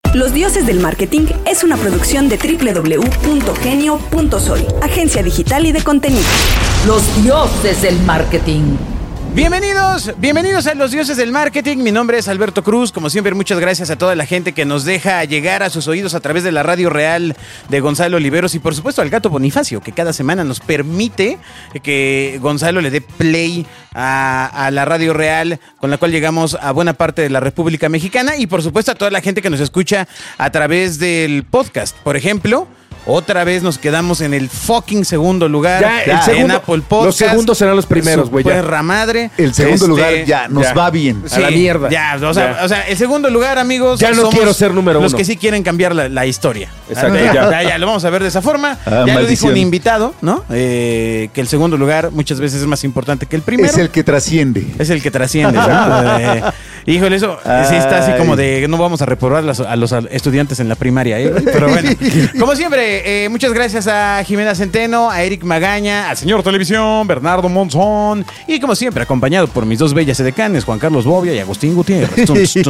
Los Dioses del Marketing es una producción de www.genio.soy, agencia digital y de contenido. Los Dioses del Marketing. Bienvenidos a Los Dioses del Marketing. Mi nombre es Alberto Cruz. Como siempre, muchas gracias a toda la gente que nos deja llegar a sus oídos a través de la Radio Real de Gonzalo Oliveros y por supuesto al Gato Bonifacio, que cada semana nos permite que Gonzalo le dé play a la Radio Real, con la cual llegamos a buena parte de la República Mexicana, y por supuesto a toda la gente que nos escucha a través del podcast. Por ejemplo, otra vez nos quedamos en el fucking segundo lugar. El segundo, en Apple Podcast. Los segundos serán los primeros, güey. Perra madre. El segundo lugar ya nos va bien. Sí, a la mierda. O sea, el segundo lugar, amigos. Ya no quiero ser número uno. Los que sí quieren cambiar la historia. Exacto. Ya lo vamos a ver de esa forma. Ya lo dijo un invitado, ¿no? Que el segundo lugar muchas veces es más importante que el primero. Es el que trasciende. Es el que trasciende, ¿no? Híjole, eso sí está así como de no vamos a reprobar a los estudiantes en la primaria, ¿eh? Pero bueno, como siempre, muchas gracias a Jimena Centeno, a Eric Magaña, al señor Televisión, Bernardo Monzón, y como siempre, acompañado por mis dos bellas edecanes, Juan Carlos Bobia y Agustín Gutiérrez.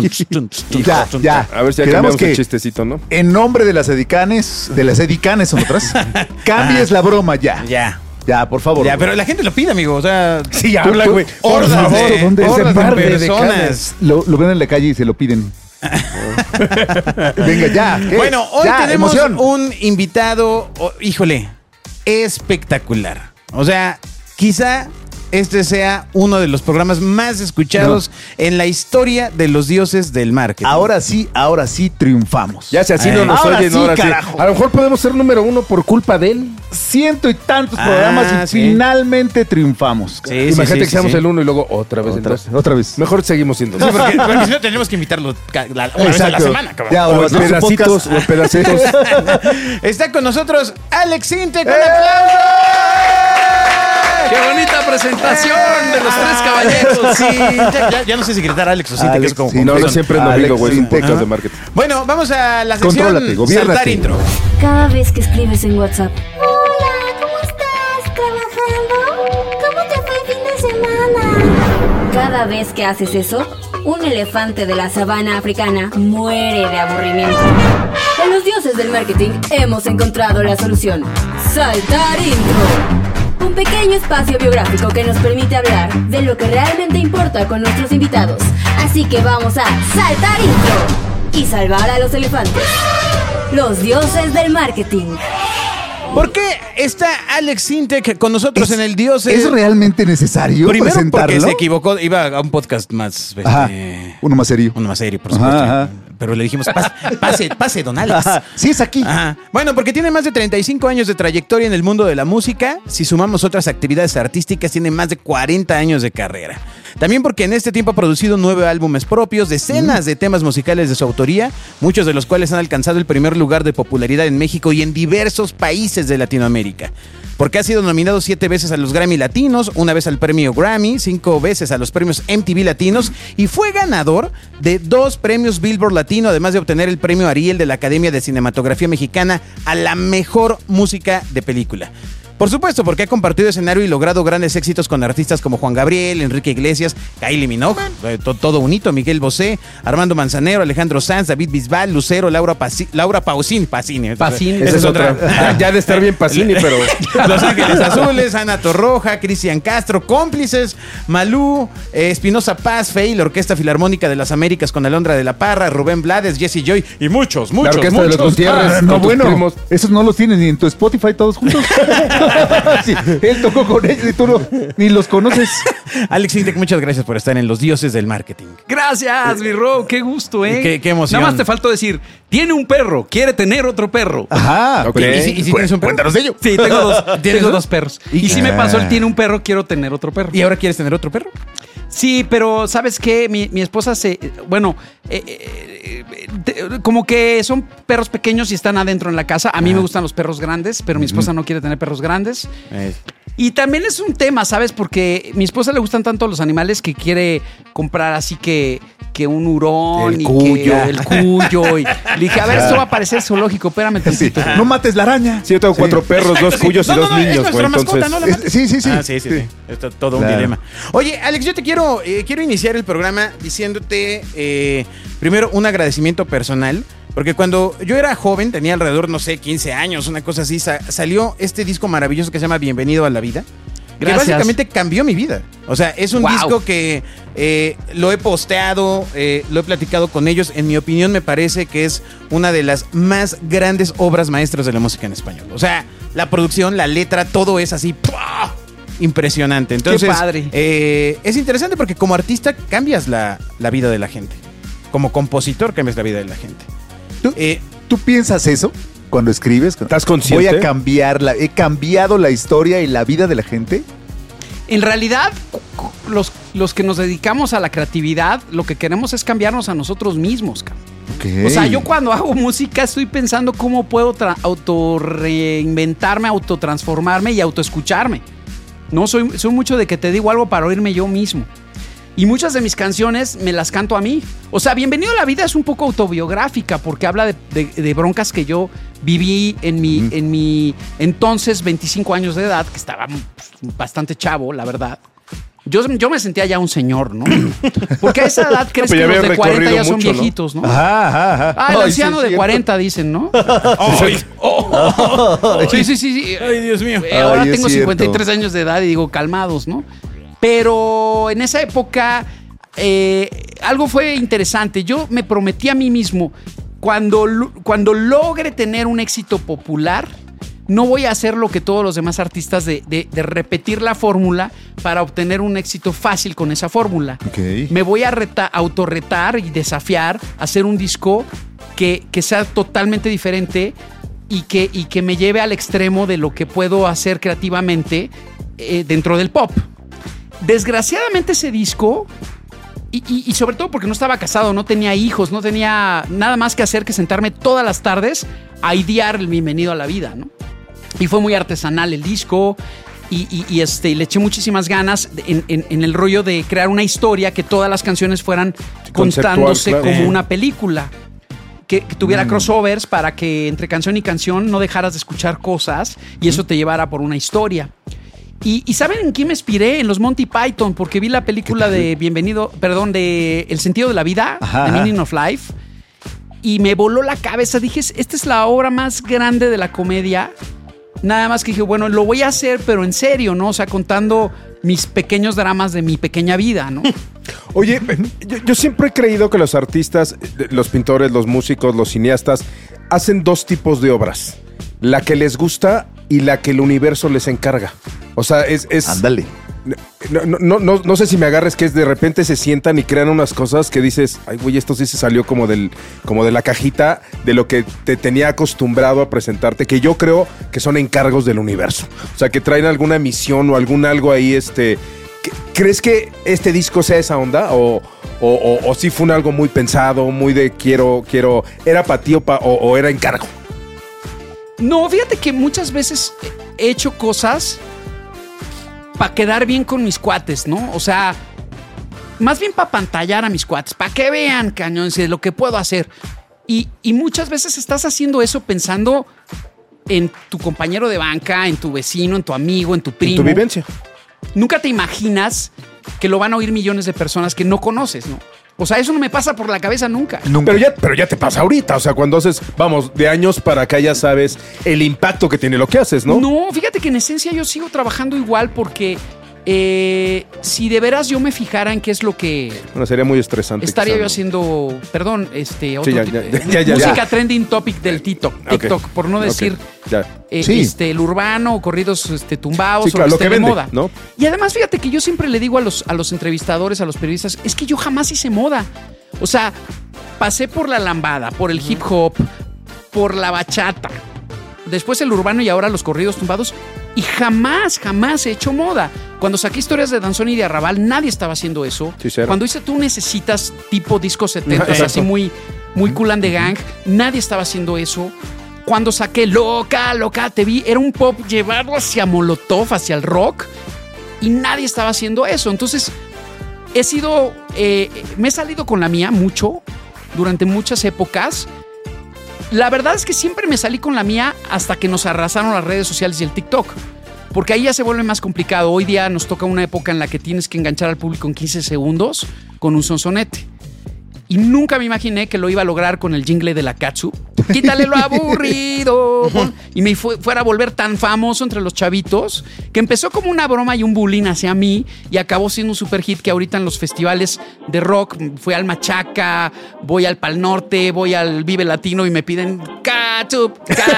Ya. A ver si ya cambiamos el chistecito, ¿no? En nombre de las edicanes son otras, cambies la broma ya. Ya, por favor. Ya, pero la gente lo pide, amigo. O sea, sí, habla, güey. Hordas de personas. Lo ven en la calle y se lo piden. Venga, ya. Bueno, hoy tenemos emoción. un invitado, híjole, espectacular. O sea, quizá este sea uno de los programas más escuchados en la historia de los dioses del marketing. Ahora sí triunfamos. Ya si así no nos ahora oyen, sí, ahora carajo. sí. A lo mejor podemos ser número uno por culpa de él. 100 y tantos programas y finalmente triunfamos. Sí, Imagínate que seamos el uno y luego otra vez. Otra vez. Mejor seguimos siendo. Sí, porque si no tenemos que invitarlo una vez a la semana, cabrón. Ya, los pedacitos. Está con nosotros Alex Intec, con aplausos. ¡Qué bonita presentación de los tres caballeros! Sí, ya no sé si gritar Alex o Intec, que es como... Sí, no siempre es domingo, güey, es un podcast de marketing. Bueno, vamos a la sección Saltar Intro. Cada vez que escribes en WhatsApp: Hola, ¿cómo estás? ¿Trabajando? ¿Cómo te fue el fin de semana? cada vez que haces eso, un elefante de la sabana africana muere de aburrimiento. En Los Dioses del Marketing hemos encontrado la solución: Saltar Intro. Un pequeño espacio biográfico que nos permite hablar de lo que realmente importa con nuestros invitados. Así que vamos a saltar intro y salvar a los elefantes. Los Dioses del Marketing. ¿Por qué está Alex Intec con nosotros en el Dioses? ¿Es realmente necesario primero presentarlo? Porque se equivocó, iba a un podcast más... uno más serio. Uno más serio, por supuesto. Ajá. Pero le dijimos, pase, don Alex. Sí, es aquí. Ajá. Bueno, porque tiene más de 35 años de trayectoria en el mundo de la música. Si sumamos otras actividades artísticas, tiene más de 40 años de carrera. También porque en este tiempo ha producido 9 álbumes propios, decenas de temas musicales de su autoría, muchos de los cuales han alcanzado el primer lugar de popularidad en México y en diversos países de Latinoamérica. Porque ha sido nominado 7 veces a los Grammy Latinos, 1 vez al premio Grammy, 5 veces a los premios MTV Latinos y fue ganador de 2 premios Billboard Latino, además de obtener el premio Ariel de la Academia de Cinematografía Mexicana a la mejor música de película. Por supuesto, porque ha compartido escenario y logrado grandes éxitos con artistas como Juan Gabriel, Enrique Iglesias, Kylie Minogue, todo un hito, Miguel Bosé, Armando Manzanero, Alejandro Sanz, David Bisbal, Lucero, Laura Pausini. Esa es otra. Ya de estar bien Pacini, pero... Los Ángeles Azules, Ana Torroja, Cristian Castro, Cómplices, Malú, Espinosa Paz, Fey, la Orquesta Filarmónica de las Américas con Alondra de la Parra, Rubén Blades, Jesse Joy y muchos. La Orquesta de los Gutiérrez. No, bueno, esos no los tienes ni en tu Spotify todos juntos. Sí, él tocó con ellos y tú ni los conoces. Alex Intec, muchas gracias por estar en Los Dioses del Marketing. Gracias, mi Ro, qué gusto, ¿eh? Qué emoción. Nada más te faltó decir, tiene un perro, quiere tener otro perro. Ajá. Okay. ¿Y si tienes un perro? Cuéntanos de ello. Sí, tengo dos perros. Y si me pasó, él tiene un perro, quiero tener otro perro. ¿Y ahora quieres tener otro perro? Sí, pero ¿sabes qué? Mi esposa como que son perros pequeños y están adentro en la casa. A mí me gustan los perros grandes, pero mi esposa no quiere tener perros grandes. Y también es un tema, ¿sabes? Porque a mi esposa le gustan tanto los animales que quiere comprar así que un hurón el y cuyo. que el cuyo. Y le dije, a ver, esto va a parecer zoológico, espérame tantito. Sí. No mates la araña. Sí, yo tengo 4 perros, 2 cuyos y 2 niños, güey. Entonces, Sí. Sí. Esto es todo un dilema. Oye, Alex, yo te quiero iniciar el programa diciéndote primero un agradecimiento personal Porque cuando yo era joven, tenía alrededor, no sé, 15 años, una cosa así, salió este disco maravilloso que se llama Bienvenido a la Vida. Gracias. Que básicamente cambió mi vida. O sea, es un disco que lo he posteado, lo he platicado con ellos. En mi opinión, me parece que es una de las más grandes obras maestras de la música en español. O sea, la producción, la letra, todo es así ¡pua! Impresionante. Entonces, qué padre. Es interesante porque como artista cambias la vida de la gente. Como compositor cambias la vida de la gente. ¿Tú piensas eso cuando escribes? ¿Estás consciente? Voy a cambiarla. ¿He cambiado la historia y la vida de la gente? En realidad, los que nos dedicamos a la creatividad, lo que queremos es cambiarnos a nosotros mismos, cabrón. Okay. O sea, yo cuando hago música estoy pensando cómo puedo autorreinventarme, autotransformarme y autoescucharme. No soy mucho de que te digo algo para oírme yo mismo. Y muchas de mis canciones me las canto a mí. O sea, Bienvenido a la Vida es un poco autobiográfica porque habla de broncas que yo viví en mi entonces 25 años de edad, que estaba bastante chavo, la verdad. Yo me sentía ya un señor, ¿no? Porque a esa edad crees que los de 40 ya son mucho, viejitos, ¿no? Ajá. El anciano de 40 dicen, ¿no? Sí. Ay, Dios mío. Ahora Ay, es tengo cierto. 53 años de edad y digo, calmados, ¿no? Pero en esa época algo fue interesante. Yo me prometí a mí mismo, cuando logre tener un éxito popular, no voy a hacer lo que todos los demás artistas de repetir la fórmula para obtener un éxito fácil con esa fórmula. Okay. Me voy a autorretar y desafiar a hacer un disco que sea totalmente diferente y que me lleve al extremo de lo que puedo hacer creativamente dentro del pop. Desgraciadamente ese disco, y sobre todo porque no estaba casado, no tenía hijos, no tenía nada más que hacer que sentarme todas las tardes a idear el Bienvenido a la Vida, ¿no? Y fue muy artesanal el disco y le eché muchísimas ganas en el rollo de crear una historia que todas las canciones fueran contándose claro. como una película. Que tuviera crossovers para que entre canción y canción no dejaras de escuchar cosas y eso te llevara por una historia. Y ¿saben en quién me inspiré? En los Monty Python, porque vi la película de de El sentido de la vida, The Meaning of Life, y me voló la cabeza. Dije, esta es la obra más grande de la comedia. Nada más que dije, bueno, lo voy a hacer, pero en serio, ¿no? O sea, contando mis pequeños dramas de mi pequeña vida, ¿no? Oye, yo siempre he creído que los artistas, los pintores, los músicos, los cineastas, hacen dos tipos de obras. La que les gusta y la que el universo les encarga. O sea, es Ándale. No sé si me agarres, que es de repente se sientan y crean unas cosas que dices, ay, güey, esto sí se salió como de la cajita de lo que te tenía acostumbrado a presentarte, que yo creo que son encargos del universo. O sea, que traen alguna misión o algún algo ahí, ¿crees que este disco sea esa onda? ¿O sí fue algo muy pensado, muy de quiero, era para ti o era encargo? No, fíjate que muchas veces he hecho cosas para quedar bien con mis cuates, ¿no? O sea, más bien para pantallar a mis cuates, para que vean, cañón, lo que puedo hacer. Y muchas veces estás haciendo eso pensando en tu compañero de banca, en tu vecino, en tu amigo, en tu primo. En tu vivencia. Nunca te imaginas que lo van a oír millones de personas que no conoces, ¿no? O sea, eso no me pasa por la cabeza nunca. Pero ya te pasa ahorita. O sea, cuando haces, vamos, de años para acá ya sabes el impacto que tiene lo que haces, ¿no? No, fíjate que en esencia yo sigo trabajando igual porque si de veras yo me fijara en qué es lo que Bueno, sería muy estresante. estaría quizá, yo ¿no? haciendo, perdón, otro ya. música trending topic del TikTok, por no decir Ya. el urbano o corridos tumbados Sí, claro, o lo que de vende, moda. ¿no? Y además, fíjate que yo siempre le digo a los entrevistadores, a los periodistas, es que yo jamás hice moda. O sea, pasé por la lambada, por el hip hop, por la bachata, después el urbano y ahora los corridos tumbados. Y jamás he hecho moda. Cuando saqué Historias de Danzón y de Arrabal, nadie estaba haciendo eso. Sí, cero. Cuando hice Tú Necesitas, tipo disco 70, Exacto. así muy cool and the gang, nadie estaba haciendo eso. Cuando saqué Loca, Te Vi, era un pop llevado hacia Molotov, hacia el rock, y nadie estaba haciendo eso. Entonces, me he salido con la mía mucho, durante muchas épocas. La verdad es que siempre me salí con la mía hasta que nos arrasaron las redes sociales y el TikTok. Porque ahí ya se vuelve más complicado. Hoy día nos toca una época en la que tienes que enganchar al público en 15 segundos con un sonsonete. Y nunca me imaginé que lo iba a lograr con el jingle de la catsup. Quítale lo aburrido. Y me fuera a volver tan famoso entre los chavitos que empezó como una broma y un bullying hacia mí y acabó siendo un super hit que ahorita en los festivales de rock fui al Machaca, voy al Pal Norte, voy al Vive Latino y me piden catsup.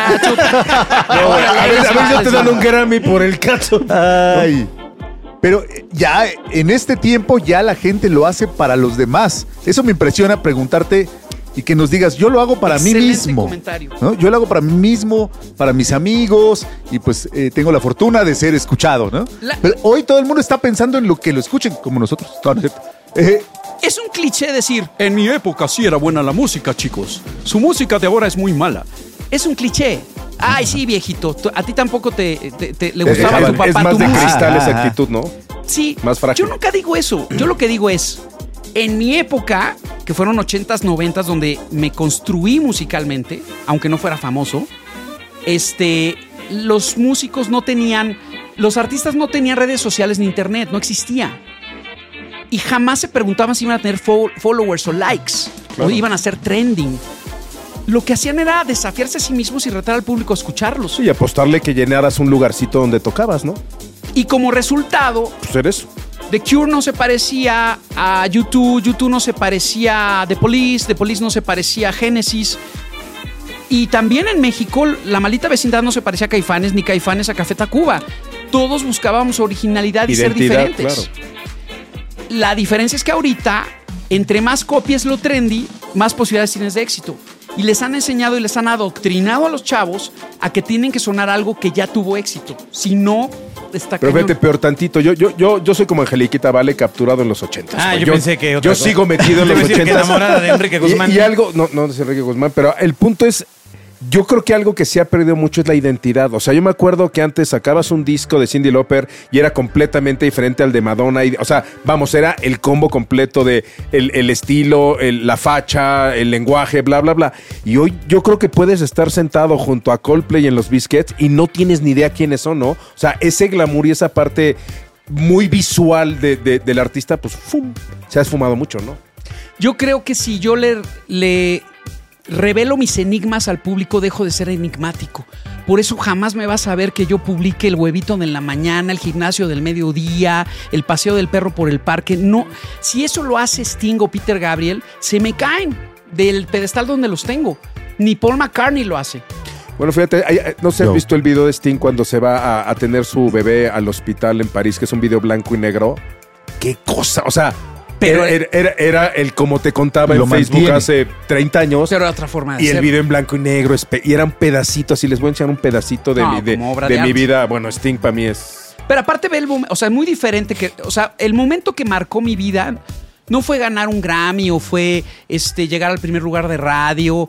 A veces ya te dan un Grammy por el caso. Ay. Pero ya en este tiempo ya la gente lo hace para los demás. Eso me impresiona preguntarte y que nos digas, yo lo hago para mí mismo. Comentario. ¿No? Yo lo hago para mí mismo, para mis amigos y pues tengo la fortuna de ser escuchado, ¿no? Pero hoy todo el mundo está pensando en lo que lo escuchen, como nosotros. No, no es cierto. Es un cliché decir, en mi época sí era buena la música, chicos. Su música de ahora es muy mala. Es un cliché. Ay, sí, viejito. A ti tampoco le gustaba a tu papá es más tu de música. cristal esa actitud, ¿no? Sí. Más frágil. Yo nunca digo eso. Yo lo que digo es, en mi época, que fueron 80s, 90s, donde me construí musicalmente, aunque no fuera famoso, los músicos no tenían, los artistas no tenían redes sociales ni internet, no existía. Y jamás se preguntaban si iban a tener followers o likes, Claro. o iban a ser trending. Lo que hacían era desafiarse a sí mismos y retar al público a escucharlos. Sí, y apostarle que llenaras un lugarcito donde tocabas, ¿no? Y como resultado, Pues eres. The Cure no se parecía a U2, U2 no se parecía a The Police no se parecía a Genesis. Y también en México, La Maldita Vecindad no se parecía a Caifanes, ni Caifanes a Café Tacuba. Todos buscábamos originalidad y ser diferentes. Claro. La diferencia es que ahorita, entre más copies lo trendy, más posibilidades tienes de éxito. Y les han enseñado y les han adoctrinado a los chavos a que tienen que sonar algo que ya tuvo éxito. Si no, está Pero cañón. vete peor tantito. Yo soy como Angeliquita Vale capturado en los 80s. Ah, güey. yo pensé que otra Yo cosa. sigo metido en Te los iba a decir que 80s. enamorada de Enrique Guzmán. Y algo, no es Enrique Guzmán, pero el punto es, yo creo que algo que se ha perdido mucho es la identidad. O sea, yo me acuerdo que antes sacabas un disco de Cyndi Lauper y era completamente diferente al de Madonna. O sea, vamos, era el combo completo de el estilo, la facha, el lenguaje, bla, bla, bla. Y hoy yo creo que puedes estar sentado junto a Coldplay en los Biscuits y no tienes ni idea quiénes son, ¿no? O sea, ese glamour y esa parte muy visual del artista, pues ¡fum! Se ha esfumado mucho, ¿no? Yo creo que si yo le revelo mis enigmas al público, dejo de ser enigmático. Por eso jamás me vas a ver que yo publique el huevito de la mañana, el gimnasio del mediodía, el paseo del perro por el parque. No, si eso lo hace Sting o Peter Gabriel, se me caen del pedestal donde los tengo. Ni Paul McCartney lo hace. Bueno, fíjate, no sé si has visto el video de Sting cuando se va a tener su bebé al hospital en París, que es un video blanco y negro. ¡Qué cosa! O sea, Pero era el como te contaba Lo en Facebook mantiene. hace 30 años. Pero era otra forma de Y el ser. video en blanco y negro. Y eran pedacitos. Y les voy a enseñar un pedacito de, No, mi, de, como obra de de mi arte. vida. Bueno, Sting para mí es... Pero aparte ve el momento, o sea, muy diferente que, o sea, el momento que marcó mi vida no fue ganar un Grammy o fue llegar al primer lugar de radio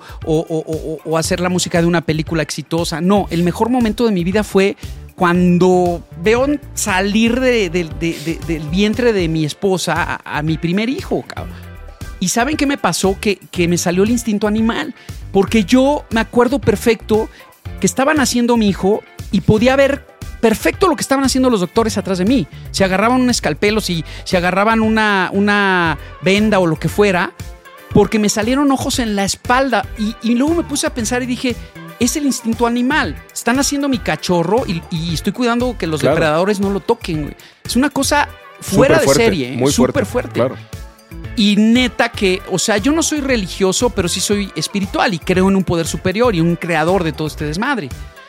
o hacer la música de una película exitosa. No, el mejor momento de mi vida fue cuando veo salir del vientre de mi esposa a mi primer hijo, cabrón. ¿Y saben qué me pasó? Que me salió el instinto animal. Porque yo me acuerdo perfecto que estaban haciendo mi hijo y podía ver perfecto lo que estaban haciendo los doctores atrás de mí. Se agarraban un escalpelo, si agarraban una venda o lo que fuera, porque me salieron ojos en la espalda. Y luego me puse a pensar y dije, es el instinto animal. Están haciendo mi cachorro y estoy cuidando que los Claro. depredadores no lo toquen, güey. Es una cosa fuera de Superfuerte, serie, muy súper fuerte. Claro. Y neta que, o sea, yo no soy religioso, pero sí soy espiritual y creo en un poder superior y un creador de todo este desmadre.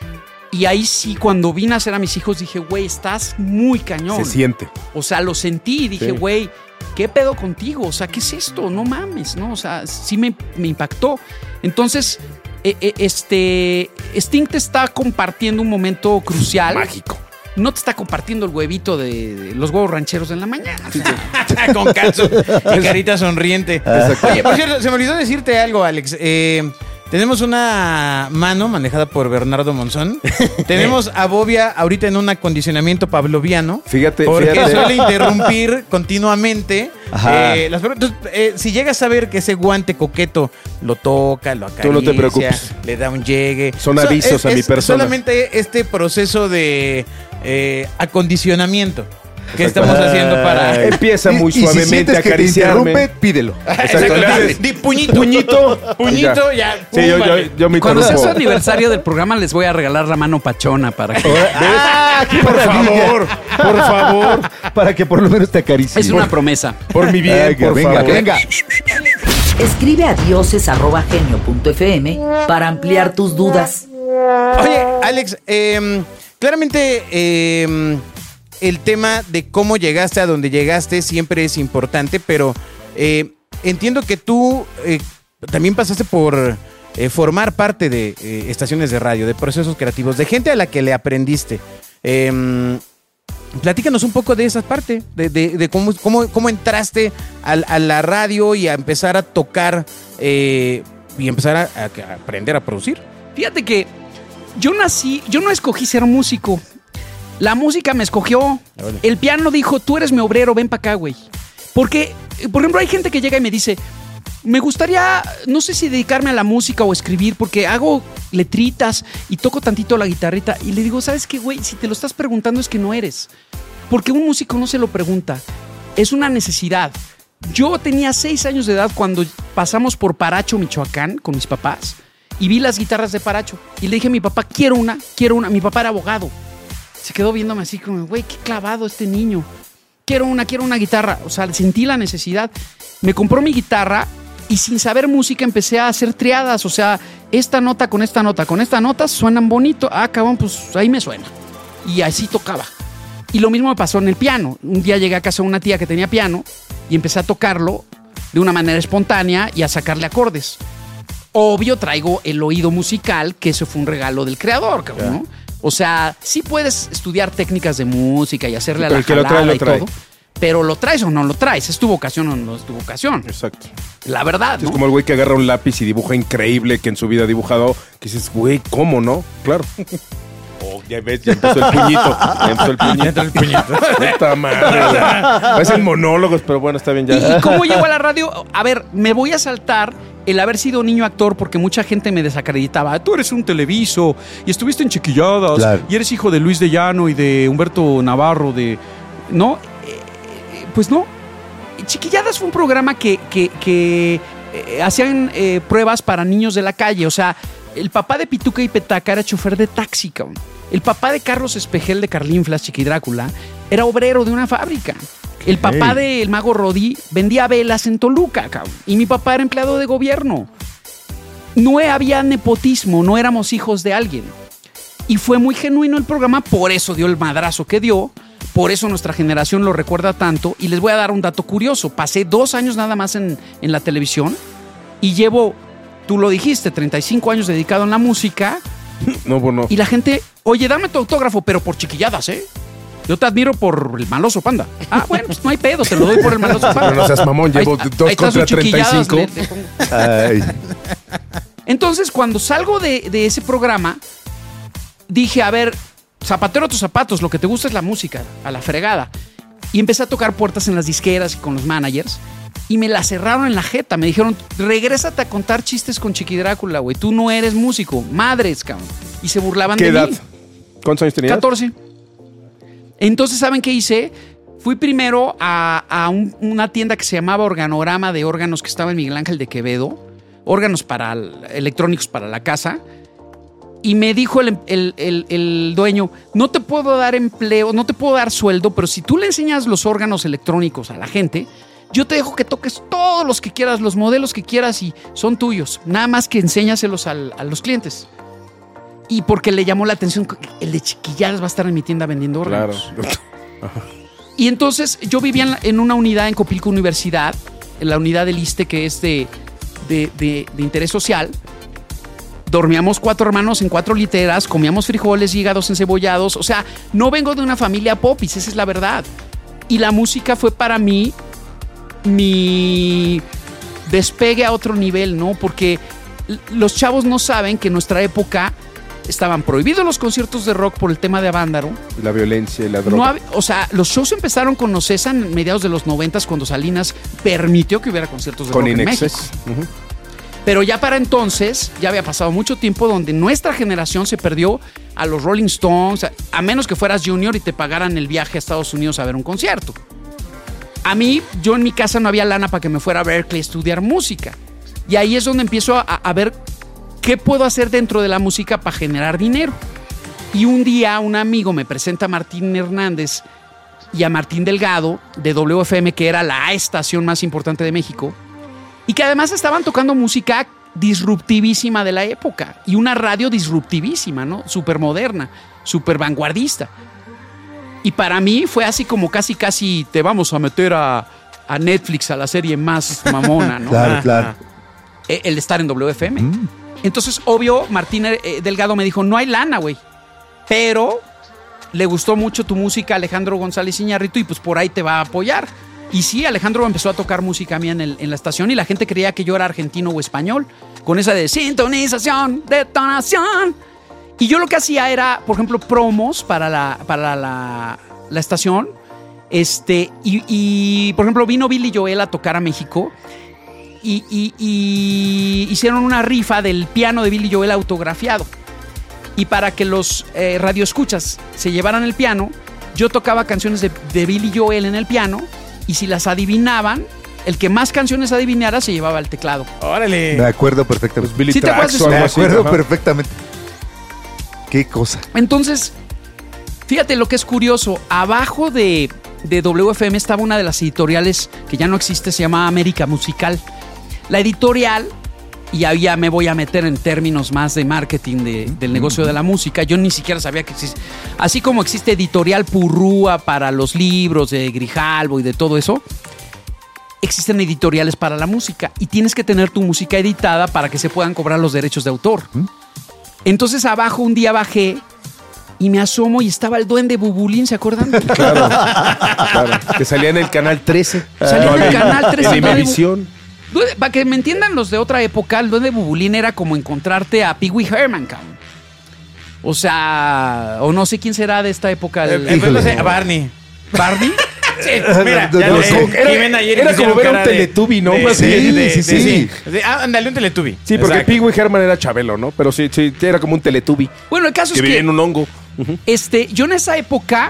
Y ahí sí, cuando vine a hacer a mis hijos, dije, güey, estás muy cañón. Se siente. O sea, lo sentí y dije, Sí. güey, ¿qué pedo contigo? O sea, ¿qué es esto? No mames, ¿no? O sea, sí me impactó. Entonces, Sting te está compartiendo un momento crucial. Mágico. No te está compartiendo el huevito de los huevos rancheros en la mañana. Con calzo y carita sonriente. Oye, por cierto, se me olvidó decirte algo, Alex. Tenemos una mano manejada por Bernardo Monzón. Tenemos a Bobia ahorita en un acondicionamiento pavloviano. Fíjate. Porque suele interrumpir continuamente. Entonces, si llegas a ver que ese guante coqueto lo toca, lo acaricia, Tú no te preocupes. le da un llegue. Son avisos a mi persona. Solamente este proceso de acondicionamiento. ¿Qué estamos haciendo para...? Empieza muy Y si suavemente sientes a que te acariciarme. interrumpe, pídelo. Exacto. Le haces Di puñito. puñito, ya. Sí, yo me Cuando sea su interrumpo. aniversario del programa, les voy a regalar la mano pachona para que... ¡Qué Por maravilla! favor, por favor. Para que por lo menos te acaricie. Es una promesa. Por mi bien, Ay, que por venga, favor. que venga. Escribe a dioses@genio.fm para ampliar tus dudas. Oye, Alex, claramente el tema de cómo llegaste a donde llegaste siempre es importante, pero entiendo que tú también pasaste por formar parte de estaciones de radio, de procesos creativos, de gente a la que le aprendiste. Platícanos un poco de esa parte, de cómo entraste a la radio y a empezar a tocar y empezar a aprender a producir. Fíjate que yo no escogí ser músico. La música me escogió. El piano dijo, tú eres mi obrero, ven para acá, güey. Porque, por ejemplo, hay gente que llega y me dice, me gustaría, no sé si dedicarme a la música o escribir, porque hago letritas y toco tantito la guitarrita. Y le digo, ¿sabes qué, güey? Si te lo estás preguntando es que no eres. Porque un músico no se lo pregunta. Es una necesidad. Yo tenía 6 años de edad cuando pasamos por Paracho, Michoacán, con mis papás, y vi las guitarras de Paracho. Y le dije a mi papá, quiero una. Mi papá era abogado. Se quedó viéndome así como, güey, qué clavado este niño. Quiero una guitarra. O sea, sentí la necesidad. Me compró mi guitarra y sin saber música empecé a hacer triadas. O sea, esta nota con esta nota suenan bonito. Ah, cabrón, pues ahí me suena. Y así tocaba. Y lo mismo me pasó en el piano. Un día llegué a casa de una tía que tenía piano y empecé a tocarlo de una manera espontánea y a sacarle acordes. Obvio, traigo el oído musical, que eso fue un regalo del creador, cabrón, ¿no? O sea, sí puedes estudiar técnicas de música y hacerle a la jalada y todo, pero ¿lo traes o no lo traes? ¿Es tu vocación o no es tu vocación? Exacto. La verdad, ¿no? Es como el güey que agarra un lápiz y dibuja increíble, que en su vida ha dibujado, que dices, güey, ¿cómo no? Claro. Oh, ya ves, ya empezó el puñito. Puta madre. Parecen monólogos, pero bueno, está bien ya. ¿Y cómo llego a la radio? A ver, me voy a saltar el haber sido niño actor porque mucha gente me desacreditaba. Tú eres un televiso y estuviste en Chiquilladas, claro, y eres hijo de Luis de Llano y de Humberto Navarro, ¿no? Pues no. Chiquilladas fue un programa que hacían pruebas para niños de la calle. O sea, el papá de Pituca y Petaca era chofer de taxi, cabrón. El papá de Carlos Espejel de Carlinflas, Chiqui Drácula, era obrero de una fábrica. El papá del Mago Rodí vendía velas en Toluca, cabrón. Y mi papá era empleado de gobierno. No había nepotismo, no éramos hijos de alguien. Y fue muy genuino el programa, por eso dio el madrazo que dio, por eso nuestra generación lo recuerda tanto. Y les voy a dar un dato curioso. Pasé 2 años nada más en la televisión y llevo, tú lo dijiste, 35 años dedicado en la música. No, bueno. Y la gente, oye, dame tu autógrafo, pero por Chiquilladas, ¿eh? Yo te admiro por el Maloso Panda. Ah, bueno, pues no hay pedo, te lo doy por el Maloso Panda. Pero no seas mamón, llevo 2 contra 35. Ay. Entonces, cuando salgo de ese programa, dije, a ver, zapatero a tus zapatos, lo que te gusta es la música, a la fregada. Y empecé a tocar puertas en las disqueras y con los managers. Y me la cerraron en la jeta. Me dijeron, regrésate a contar chistes con Chiqui Drácula, güey. Tú no eres músico. Madres, cabrón. Y se burlaban de mí. ¿Qué edad? ¿Cuántos años tenías? 14. Entonces, ¿saben qué hice? Fui primero a una tienda que se llamaba Organograma de órganos que estaba en Miguel Ángel de Quevedo. Órganos electrónicos para la casa. Y me dijo el dueño, no te puedo dar empleo, no te puedo dar sueldo, pero si tú le enseñas los órganos electrónicos a la gente, yo te dejo que toques todos los que quieras, los modelos que quieras y son tuyos. Nada más que enséñaselos a los clientes. Y porque le llamó la atención, el de Chiquilladas va a estar en mi tienda vendiendo órganos. Claro. Y entonces yo vivía en una unidad en Copilco Universidad, en la unidad del ISSSTE, que es de interés social. Dormíamos 4 hermanos en 4 literas, comíamos frijoles, hígados encebollados. O sea, no vengo de una familia popis, esa es la verdad. Y la música fue para mí mi despegue a otro nivel, ¿no? Porque los chavos no saben que en nuestra época estaban prohibidos los conciertos de rock por el tema de Avándaro. La violencia y la droga. O sea, los shows empezaron con Ocesa en mediados de los 90s, cuando Salinas permitió que hubiera conciertos de rock en México. Pero ya para entonces, ya había pasado mucho tiempo donde nuestra generación se perdió a los Rolling Stones, a menos que fueras junior y te pagaran el viaje a Estados Unidos a ver un concierto. Yo en mi casa no había lana para que me fuera a Berkeley a estudiar música. Y ahí es donde empiezo a ver qué puedo hacer dentro de la música para generar dinero. Y un día un amigo me presenta a Martín Hernández y a Martín Delgado de WFM, que era la estación más importante de México, y que además estaban tocando música disruptivísima de la época y una radio disruptivísima, ¿no? Súper moderna, súper vanguardista. Y para mí fue así como casi te vamos a meter a Netflix, a la serie más mamona, ¿no? Claro. El estar en WFM. Entonces, obvio, Martín Delgado me dijo, no hay lana, güey, pero le gustó mucho tu música a Alejandro González Iñárritu y pues por ahí te va a apoyar. Y sí, Alejandro empezó a tocar música mía en la estación y la gente creía que yo era argentino o español, con esa de sintonización, detonación. Y yo lo que hacía era, por ejemplo, promos para la estación. Y por ejemplo, vino Billy Joel a tocar a México y hicieron una rifa del piano de Billy Joel autografiado. Y para que los radioescuchas se llevaran el piano, yo tocaba canciones de Billy Joel en el piano, y si las adivinaban, el que más canciones adivinara se llevaba el teclado. ¡Órale! Me acuerdo perfectamente. Pues Billy ¿Sí te acuerdas de Trax o eso? Me algo así, acuerdo ajá. perfectamente. Qué cosa. Entonces, fíjate lo que es curioso. Abajo de WFM estaba una de las editoriales que ya no existe, se llama América Musical. La editorial, y ahí ya me voy a meter en términos más de marketing del negocio de la música, yo ni siquiera sabía que existe. Así como existe Editorial Purrúa para los libros de Grijalbo y de todo eso, existen editoriales para la música y tienes que tener tu música editada para que se puedan cobrar los derechos de autor. Entonces abajo un día bajé y me asomo y estaba el Duende Bubulín, ¿se acuerdan? Claro. Que salía en el canal 13. Salía en el canal 13. En Imevisión. Para que me entiendan los de otra época, el Duende Bubulín era como encontrarte a Pee Wee Herman, cabrón. O sea, o no sé quién será de esta época. No sé, Barney. ¿Barney? Sí, mira, No, ya no, lo como sé. Jimena ayer era pusieron como ver un cara de- Teletubby, ¿no? de- Más de- bien. de- Sí. de- ándale, un Teletubby. Sí, porque Exacto. Pee Wee Herman era Chabelo, ¿no? Pero sí, era como un Teletubby Bueno, el caso que es vivía que en un hongo. yo en esa época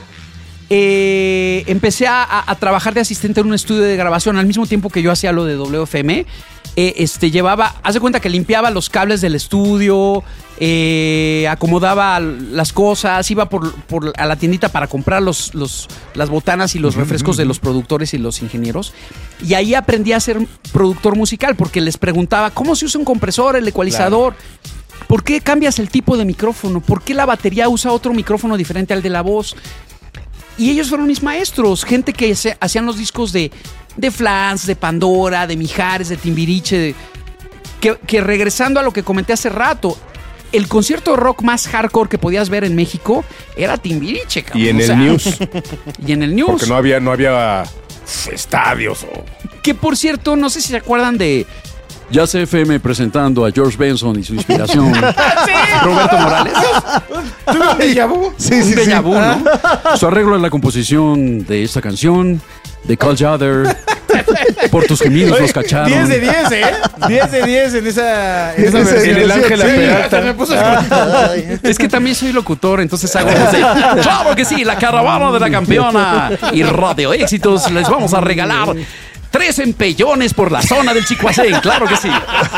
empecé a trabajar de asistente en un estudio de grabación al mismo tiempo que yo hacía lo de WFM. Llevaba, haz de cuenta que limpiaba los cables del estudio, acomodaba las cosas, iba a la tiendita para comprar las botanas y los refrescos de los productores y los ingenieros. Y ahí aprendí a ser productor musical porque les preguntaba cómo se usa un compresor, el ecualizador. ¿Por qué cambias el tipo de micrófono? ¿Por qué la batería usa otro micrófono diferente al de la voz? Y ellos fueron mis maestros, gente que hacían los discos de Flans, de Pandora, de Mijares, de Timbiriche, que regresando a lo que comenté hace rato, el concierto de rock más hardcore que podías ver en México era Timbiriche, cabrón. Y en el News. Y en el News. Porque no había estadios o... Que por cierto, no sé si se acuerdan de Jazz FM presentando a George Benson y su inspiración. Roberto Morales. ¿Tuve un déjà vu? Sí, Un sí, sí. déjà vu, ¿no? Su arreglo en la composición de esta canción, de Carl Jother. Por tus gemidos los cacharon. 10 de 10, ¿eh? 10 de 10 en esa Ese versión. en el Ángel Sí, Peralta. hasta me puso a Es que también soy locutor, entonces hago así. Claro que sí, la caravana de la campeona y Radio Éxitos les vamos a regalar 3 empellones por la zona del Chicoacén, claro que sí.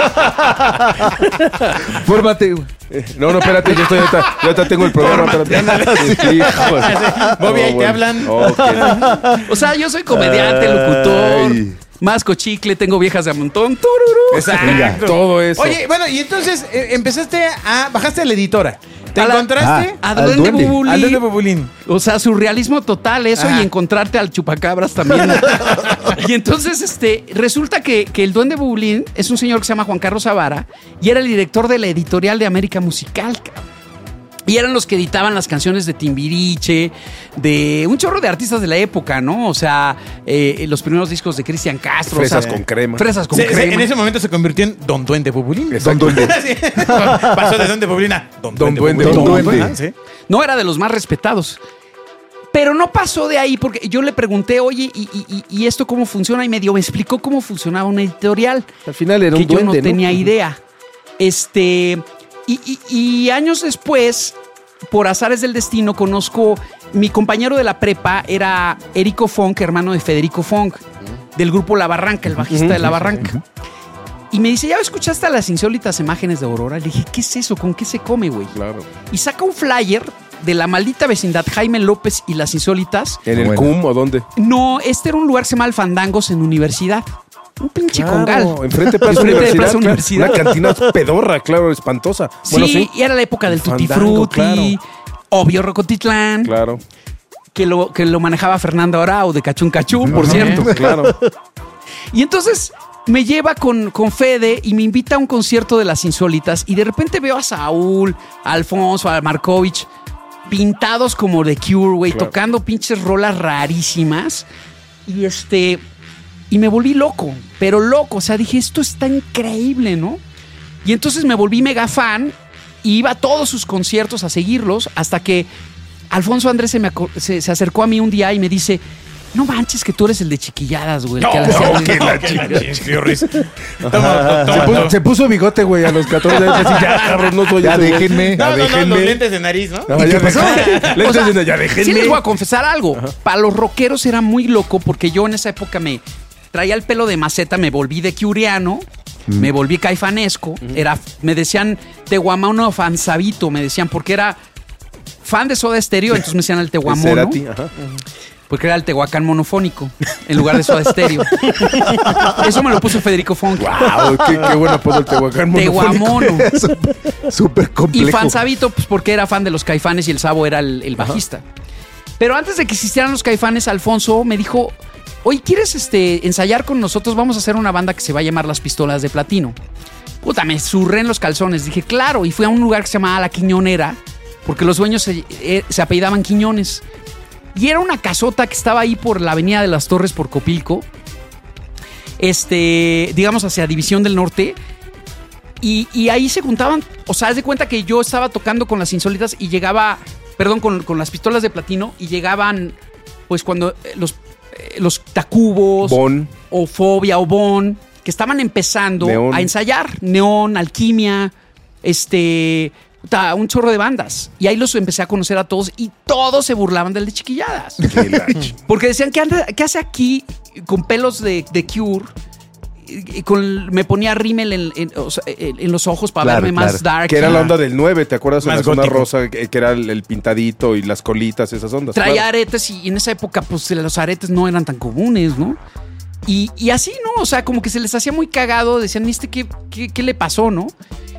Fórmate. No, espérate, yo ahorita tengo el programa. Espérate. Hijos. Bobby, ahí te bueno. hablan. Ok. O sea, yo soy comediante, locutor, masco chicle, tengo viejas de a montón. Tururú. Exacto. Todo eso. Oye, bueno, y entonces bajaste a la editora. ¿Te A la- encontraste? A Al Duende Duende. Bubulín. Al Duende Bubulín. O sea, surrealismo total eso Ajá. y encontrarte al chupacabras también. Y entonces resulta que el Duende Bubulín es un señor que se llama Juan Carlos Zavara y era el director de la editorial de América Musical, cabrón. Y eran los que editaban las canciones de Timbiriche, de un chorro de artistas de la época, ¿no? O sea, los primeros discos de Cristian Castro. Fresas o sea, con crema. Fresas con En crema. ese momento se convirtió en Don Duende Bubulín. Exacto. Sí. Pasó de Duende Bubulín a Don Duende Duende Bubulín. Bubulín. Ajá, sí. No, era de los más respetados. Pero no pasó de ahí porque yo le pregunté, oye, ¿y esto cómo funciona? Y me explicó cómo funcionaba una editorial. Al final era que un duende, yo no tenía idea. Y años después por azares del destino, conozco... Mi compañero de la prepa era Erico Funk, hermano de Federico Funk, del grupo La Barranca, el bajista de La Barranca. Y me dice, ¿ya escuchaste a las insólitas imágenes de Aurora? Le dije, ¿qué es eso? ¿Con qué se come, güey? Claro. Y saca un flyer de la maldita vecindad Jaime López y las insólitas. ¿En el CUM o dónde? No, este era un lugar que se llama El Fandangos en Universidad. Un pinche congal. Enfrente de Plaza Universidad. Una cantina pedorra, claro, espantosa. Sí, Bueno, sí. Y era la época del Tutti Fandango, Frutti, claro. obvio Rocotitlán, Claro. que lo manejaba Fernando Arau de Cachún Cachún, por cierto. Claro. Y entonces me lleva con Fede y me invita a un concierto de las insólitas y de repente veo a Saúl, a Alfonso, a Markovich pintados como The Cure, güey, tocando pinches rolas rarísimas. Y me volví loco, pero loco. O sea, dije, esto está increíble, ¿no? Y entonces me volví mega fan y iba a todos sus conciertos a seguirlos hasta que Alfonso Andrés se acercó a mí un día y me dice, no manches que tú eres el de Chiquilladas, güey. Se puso bigote, güey, a los 14 años. Así, ya, cabrón, no soy Ya ese, güey. déjenme. No, los lentes de nariz, ¿no? No, ya pasó. Ya déjenme. Sí les voy a confesar algo. Para los rockeros era muy loco porque yo en esa época me traía el pelo de maceta, me volví de curiano, me volví caifanesco. Me decían Tehuamano Fanzabito, me decían, porque era fan de Soda Stereo, entonces me decían el Tehuamono. Porque era el Tehuacán monofónico, en lugar de Soda Stereo. Eso me lo puso Federico Funk. ¡Wow! ¡Qué bueno apodo el Tehuacán monofónico! Tehuamono. Súper complejo. Y Fanzabito, pues porque era fan de los Caifanes y el Sabo era el bajista. Pero antes de que existieran los Caifanes, Alfonso me dijo, oye, ¿quieres ensayar con nosotros? Vamos a hacer una banda que se va a llamar Las Pistolas de Platino. Puta, me zurré en los calzones. Dije, claro. Y fui a un lugar que se llamaba La Quiñonera, porque los dueños se apellidaban Quiñones. Y era una casota que estaba ahí por la Avenida de las Torres, por Copilco. Digamos hacia División del Norte. Y ahí se juntaban, o sea, haz de cuenta que yo estaba tocando con las insólitas y llegaba, perdón, con las Pistolas de Platino y llegaban, pues cuando los Tacubos, Bon, o Fobia o Bon, que estaban empezando Neón. a ensayar, Neón, Alquimia, un chorro de bandas. Y ahí los empecé a conocer a todos y todos se burlaban del de Chiquilladas. Porque decían, ¿qué hace aquí con pelos de Cure? Me ponía rímel en los ojos para verme más dark. Que era la onda del 9, ¿te acuerdas? En Más la zona gótico. rosa, que era el pintadito y las colitas, esas ondas. Traía aretes y en esa época pues los aretes no eran tan comunes, ¿no? Y así, ¿no? O sea, como que se les hacía muy cagado. Decían, ¿qué le pasó, no?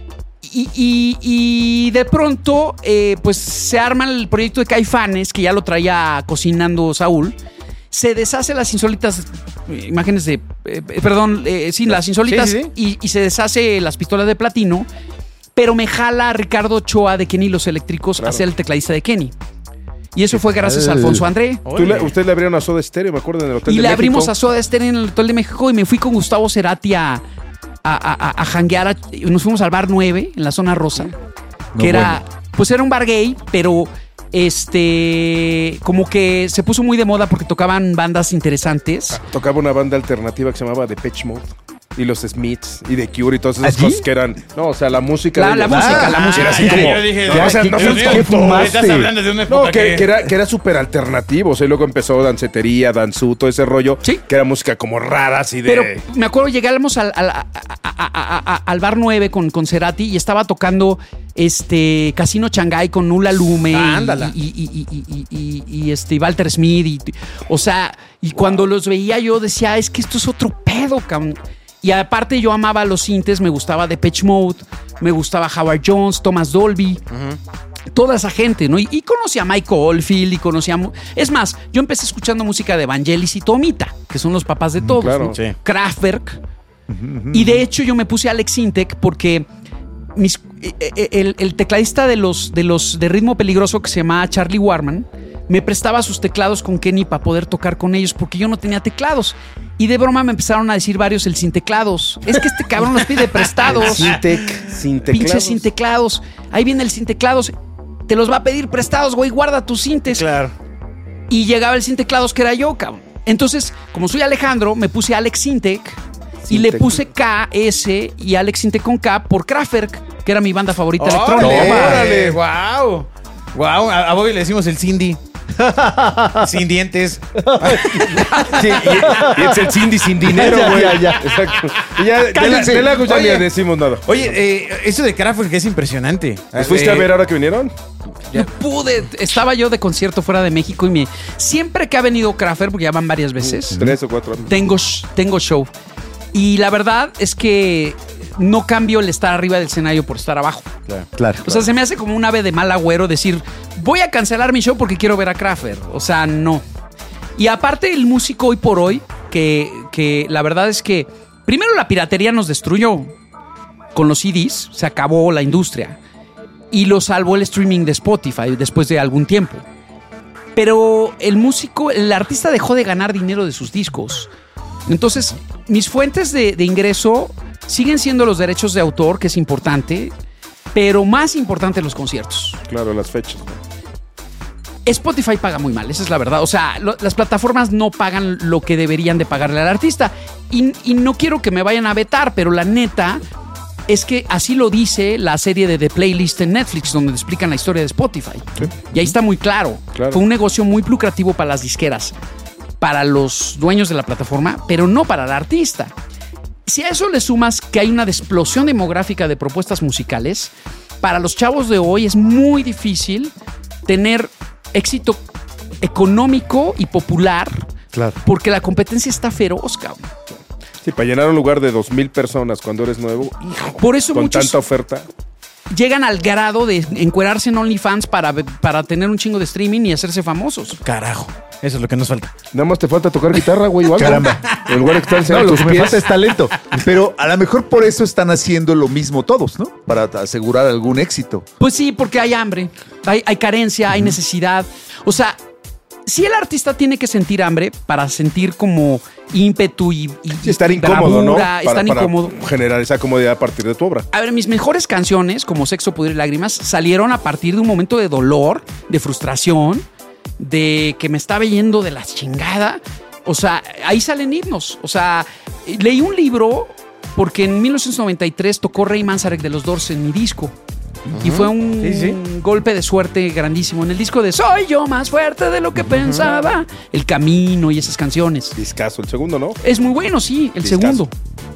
Y de pronto, pues se arma el proyecto de Caifanes, que ya lo traía cocinando Saúl. Se deshace las insólitas imágenes de... las insólitas. Sí. Y se deshace Las Pistolas de Platino. Pero me jala a Ricardo Ochoa de Kenny Los Eléctricos a ser el tecladista de Kenny. Y eso fue gracias a Alfonso André. Usted le abrieron a Soda Stereo, me acuerdo, en el Hotel de México. Y le abrimos a Soda Stereo en el Hotel de México y me fui con Gustavo Cerati a janguear. Nos fuimos al Bar 9 en la zona rosa. Que era, pues era un bar gay, pero como que se puso muy de moda porque tocaban bandas interesantes. Tocaba una banda alternativa que se llamaba Depeche Mode. Y los Smiths y The Cure y todas esas ¿Allí? cosas que eran... No, o sea, la música... La música. Era así como... Yo dije, o sea, no, ¿qué fumaste? Estás hablando de una época No, que era súper alternativo. O sea, y luego empezó dancetería, danzú, todo ese rollo. Sí. Que era música como rara, así de... Pero me acuerdo, llegamos al Bar 9 con Cerati y estaba tocando Casino Shanghai con Nula Lume Ándala. y Walter Smith. O sea, y cuando los veía yo decía, es que esto es otro pedo, cabrón. Y aparte yo amaba los sintes, me gustaba Depeche Mode, me gustaba Howard Jones, Thomas Dolby, toda esa gente, ¿no? Y conocí a Mike Oldfield y conocía... Es más, yo empecé escuchando música de Vangelis y Tomita, que son los papás de todos, claro. ¿no? Sí. Kraftwerk. Y de hecho yo me puse a Alex Sintek porque el tecladista de Ritmo Peligroso, que se llama Charlie Warman, me prestaba sus teclados con Kenny para poder tocar con ellos porque yo no tenía teclados. Y de broma me empezaron a decir varios el sin teclados. Es que este cabrón los pide prestados. Sin teclados. Pinches sin teclados. Ahí viene el sin teclados. Te los va a pedir prestados, güey. Guarda tus sintes. Claro. Y llegaba el sin teclados que era yo, cabrón. Entonces, como soy Alejandro, me puse Alex Sintek y le puse KS y Alex Sintek con K por Kraftwerk, que era mi banda favorita electrónica. ¡Órale! ¡Wow! Wow, a Bobby le decimos el Cindy. Sin dientes. Sí, y es el Cindy sin dinero, güey. Ya. Exacto. Y ya Cállense. de la ya Oye. ni decimos nada. Oye, eso de Kraftwerk es impresionante. ¿Los fuiste a ver ahora que vinieron? No pude. Estaba yo de concierto fuera de México y siempre que ha venido Kraftwerk, porque ya van varias veces, 3 o 4 años. tengo show. Y la verdad es que no cambio el estar arriba del escenario por estar abajo. Claro. O sea, se me hace como un ave de mal agüero decir, voy a cancelar mi show porque quiero ver a Kraftwerk. O sea, no. Y aparte el músico hoy por hoy, que la verdad es que primero la piratería nos destruyó. Con los CDs se acabó la industria. Y lo salvó el streaming de Spotify después de algún tiempo. Pero el artista dejó de ganar dinero de sus discos. Entonces, mis fuentes de ingreso siguen siendo los derechos de autor, que es importante, pero más importante los conciertos. Claro, las fechas. Spotify paga muy mal, esa es la verdad. O sea, las plataformas no pagan lo que deberían de pagarle al artista. Y no quiero que me vayan a vetar, pero la neta es que así lo dice la serie de The Playlist en Netflix, donde explican la historia de Spotify. Sí. Y ahí está muy claro. Claro. Fue un negocio muy lucrativo para las disqueras, para los dueños de la plataforma, pero no para el artista. Si a eso le sumas que hay una explosión demográfica de propuestas musicales, para los chavos de hoy es muy difícil tener éxito económico y popular, Claro. porque la competencia está feroz, cabrón. Sí, para llenar un lugar de 2,000 personas cuando eres nuevo, hijo, Por eso con muchos tanta oferta. llegan al grado de encuerarse en OnlyFans para tener un chingo de streaming y hacerse famosos. Carajo. Eso es lo que nos falta. Nada más te falta tocar guitarra, güey, o algo. Caramba. En lugar de estar No, enseñando lo tus que me pies. falta es talento. Pero a lo mejor por eso están haciendo lo mismo todos, ¿no? Para asegurar algún éxito. Pues sí, porque hay hambre, hay carencia, hay necesidad. O sea, si el artista tiene que sentir hambre para sentir como ímpetu y Sí, estar incómodo, ¿no? bravura, estar incómodo. Generar esa comodidad a partir de tu obra. A ver, mis mejores canciones, como Sexo, Pudor y Lágrimas, salieron a partir de un momento de dolor, de frustración, de que me estaba yendo de la chingada. O sea, ahí salen himnos. O sea, leí un libro porque en 1993 tocó Ray Manzarek de los Doors en mi disco. Y fue un golpe de suerte grandísimo. En el disco de Soy yo más fuerte de lo que pensaba, El Camino y esas canciones. Discazo, el segundo, ¿no? Es muy bueno, sí, el Discazo. segundo.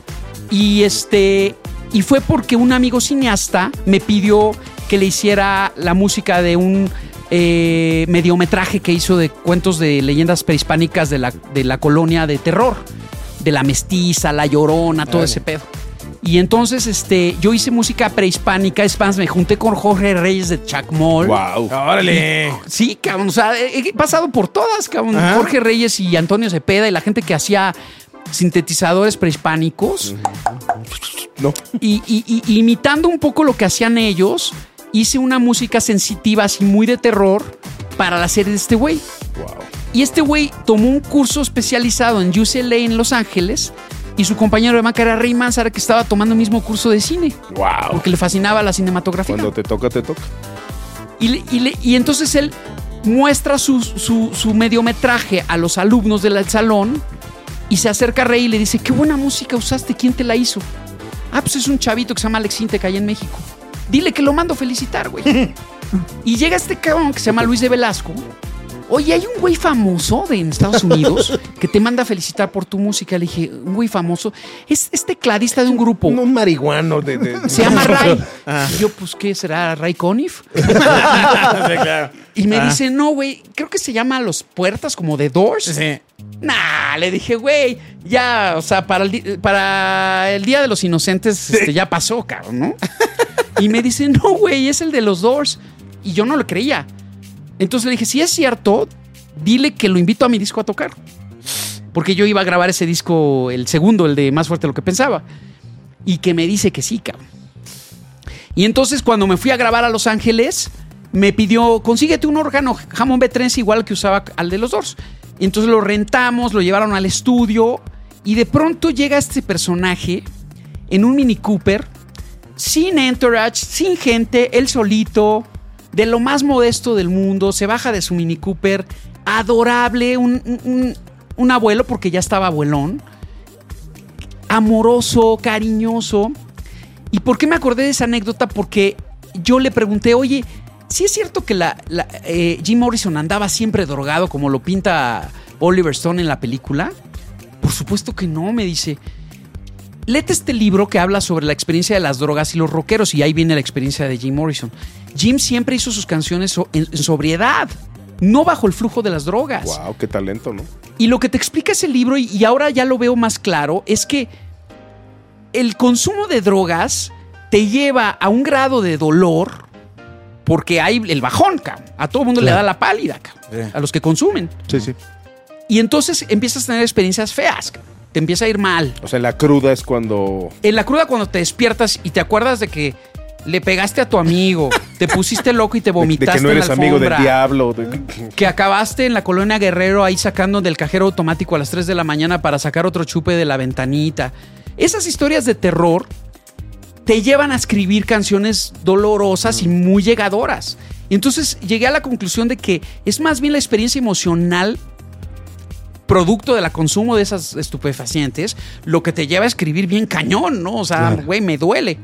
Y fue porque un amigo cineasta me pidió que le hiciera la música de un mediometraje que hizo de cuentos de leyendas prehispánicas de la colonia de terror, de La Mestiza, La Llorona, todo ese pedo. Y entonces yo hice música prehispánica, es más, me junté con Jorge Reyes de Chacmol. Wow. ¡Órale! Sí, cabrón, o sea, he pasado por todas, cabrón. Ajá. Jorge Reyes y Antonio Cepeda y la gente que hacía sintetizadores prehispánicos. No. Y imitando un poco lo que hacían ellos, hice una música sensitiva, así muy de terror, para la serie de este güey. Wow. Y este güey tomó un curso especializado en UCLA en Los Ángeles, y su compañero de banca era Ray Manzarek, que estaba tomando el mismo curso de cine, Wow. porque le fascinaba la cinematografía. Cuando te toca, te toca. Y entonces él muestra su mediometraje a los alumnos del salón y se acerca a Rey y le dice, qué buena música usaste, ¿quién te la hizo? Ah, pues es un chavito que se llama Alex Intec allá en México. Dile que lo mando a felicitar, güey. Y llega este cabrón que se llama Luis de Velasco. Oye, hay un güey famoso en Estados Unidos que te manda a felicitar por tu música. Le dije, un güey famoso. Es tecladista de un grupo. Un marihuano Se llama Ray. Y yo, pues, ¿qué será? ¿Ray Conniff? Y me dice, no, güey, creo que se llama Los Puertas, como de Doors. Sí. Nah, le dije, güey, ya, o sea, para el Día de los Inocentes ya pasó, cabrón, ¿no? Y me dice, no, güey, es el de los Doors. Y yo no lo creía. Entonces le dije, si es cierto, dile que lo invito a mi disco a tocar. Porque yo iba a grabar ese disco, el segundo, el de Más Fuerte de lo que Pensaba. Y que me dice que sí, cabrón. Y entonces cuando me fui a grabar a Los Ángeles, me pidió, consíguete un órgano Hammond B3 igual que usaba al de los Doors. Y entonces lo rentamos, lo llevaron al estudio y de pronto llega este personaje en un Mini Cooper, sin entourage, sin gente, él solito, de lo más modesto del mundo, se baja de su Mini Cooper, adorable, un abuelo, porque ya estaba abuelón, amoroso, cariñoso. ¿Y por qué me acordé de esa anécdota? Porque yo le pregunté, oye, sí es cierto que Jim Morrison andaba siempre drogado como lo pinta Oliver Stone en la película. Por supuesto que no, me dice. Léete este libro que habla sobre la experiencia de las drogas y los rockeros, y ahí viene la experiencia de Jim Morrison. Jim siempre hizo sus canciones en sobriedad, no bajo el flujo de las drogas. Wow, qué talento, ¿no? Y lo que te explica ese libro, y ahora ya lo veo más claro, es que el consumo de drogas te lleva a un grado de dolor porque hay el bajón, cabrón. A todo el mundo le da la pálida, cabrón, a los que consumen. Sí, sí. Y entonces empiezas a tener experiencias feas, cabrón. Te empieza a ir mal. O sea, en la cruda es cuando... En la cruda cuando te despiertas y te acuerdas de que le pegaste a tu amigo, te pusiste loco y te vomitaste de que no eres en la amigo del alfombra, diablo. que acabaste en la colonia Guerrero ahí sacando del cajero automático a las 3 de la mañana para sacar otro chupe de la ventanita. Esas historias de terror te llevan a escribir canciones dolorosas y muy llegadoras. Y entonces llegué a la conclusión de que es más bien la experiencia emocional producto del consumo de esas estupefacientes lo que te lleva a escribir bien cañón, ¿no? O sea, güey, me duele.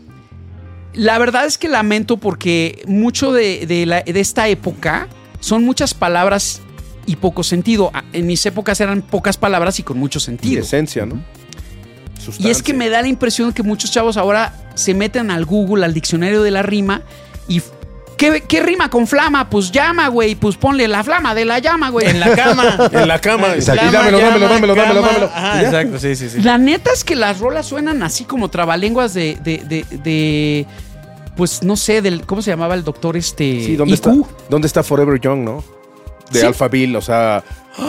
La verdad es que lamento porque mucho de esta época son muchas palabras y poco sentido. En mis épocas eran pocas palabras y con mucho sentido. Y esencia, ¿no? Y es que me da la impresión que muchos chavos ahora se meten al Google, al diccionario de la rima y... ¿Qué rima con flama? Pues llama, güey. Pues ponle la flama de la llama, güey. En la cama. En la cama. Flama, Dámelo. Ajá, exacto, sí. La neta es que las rolas suenan así como trabalenguas de pues no sé, ¿cómo se llamaba el doctor Sí, ¿dónde está Forever Young, no? De Sí. Alphaville, o sea...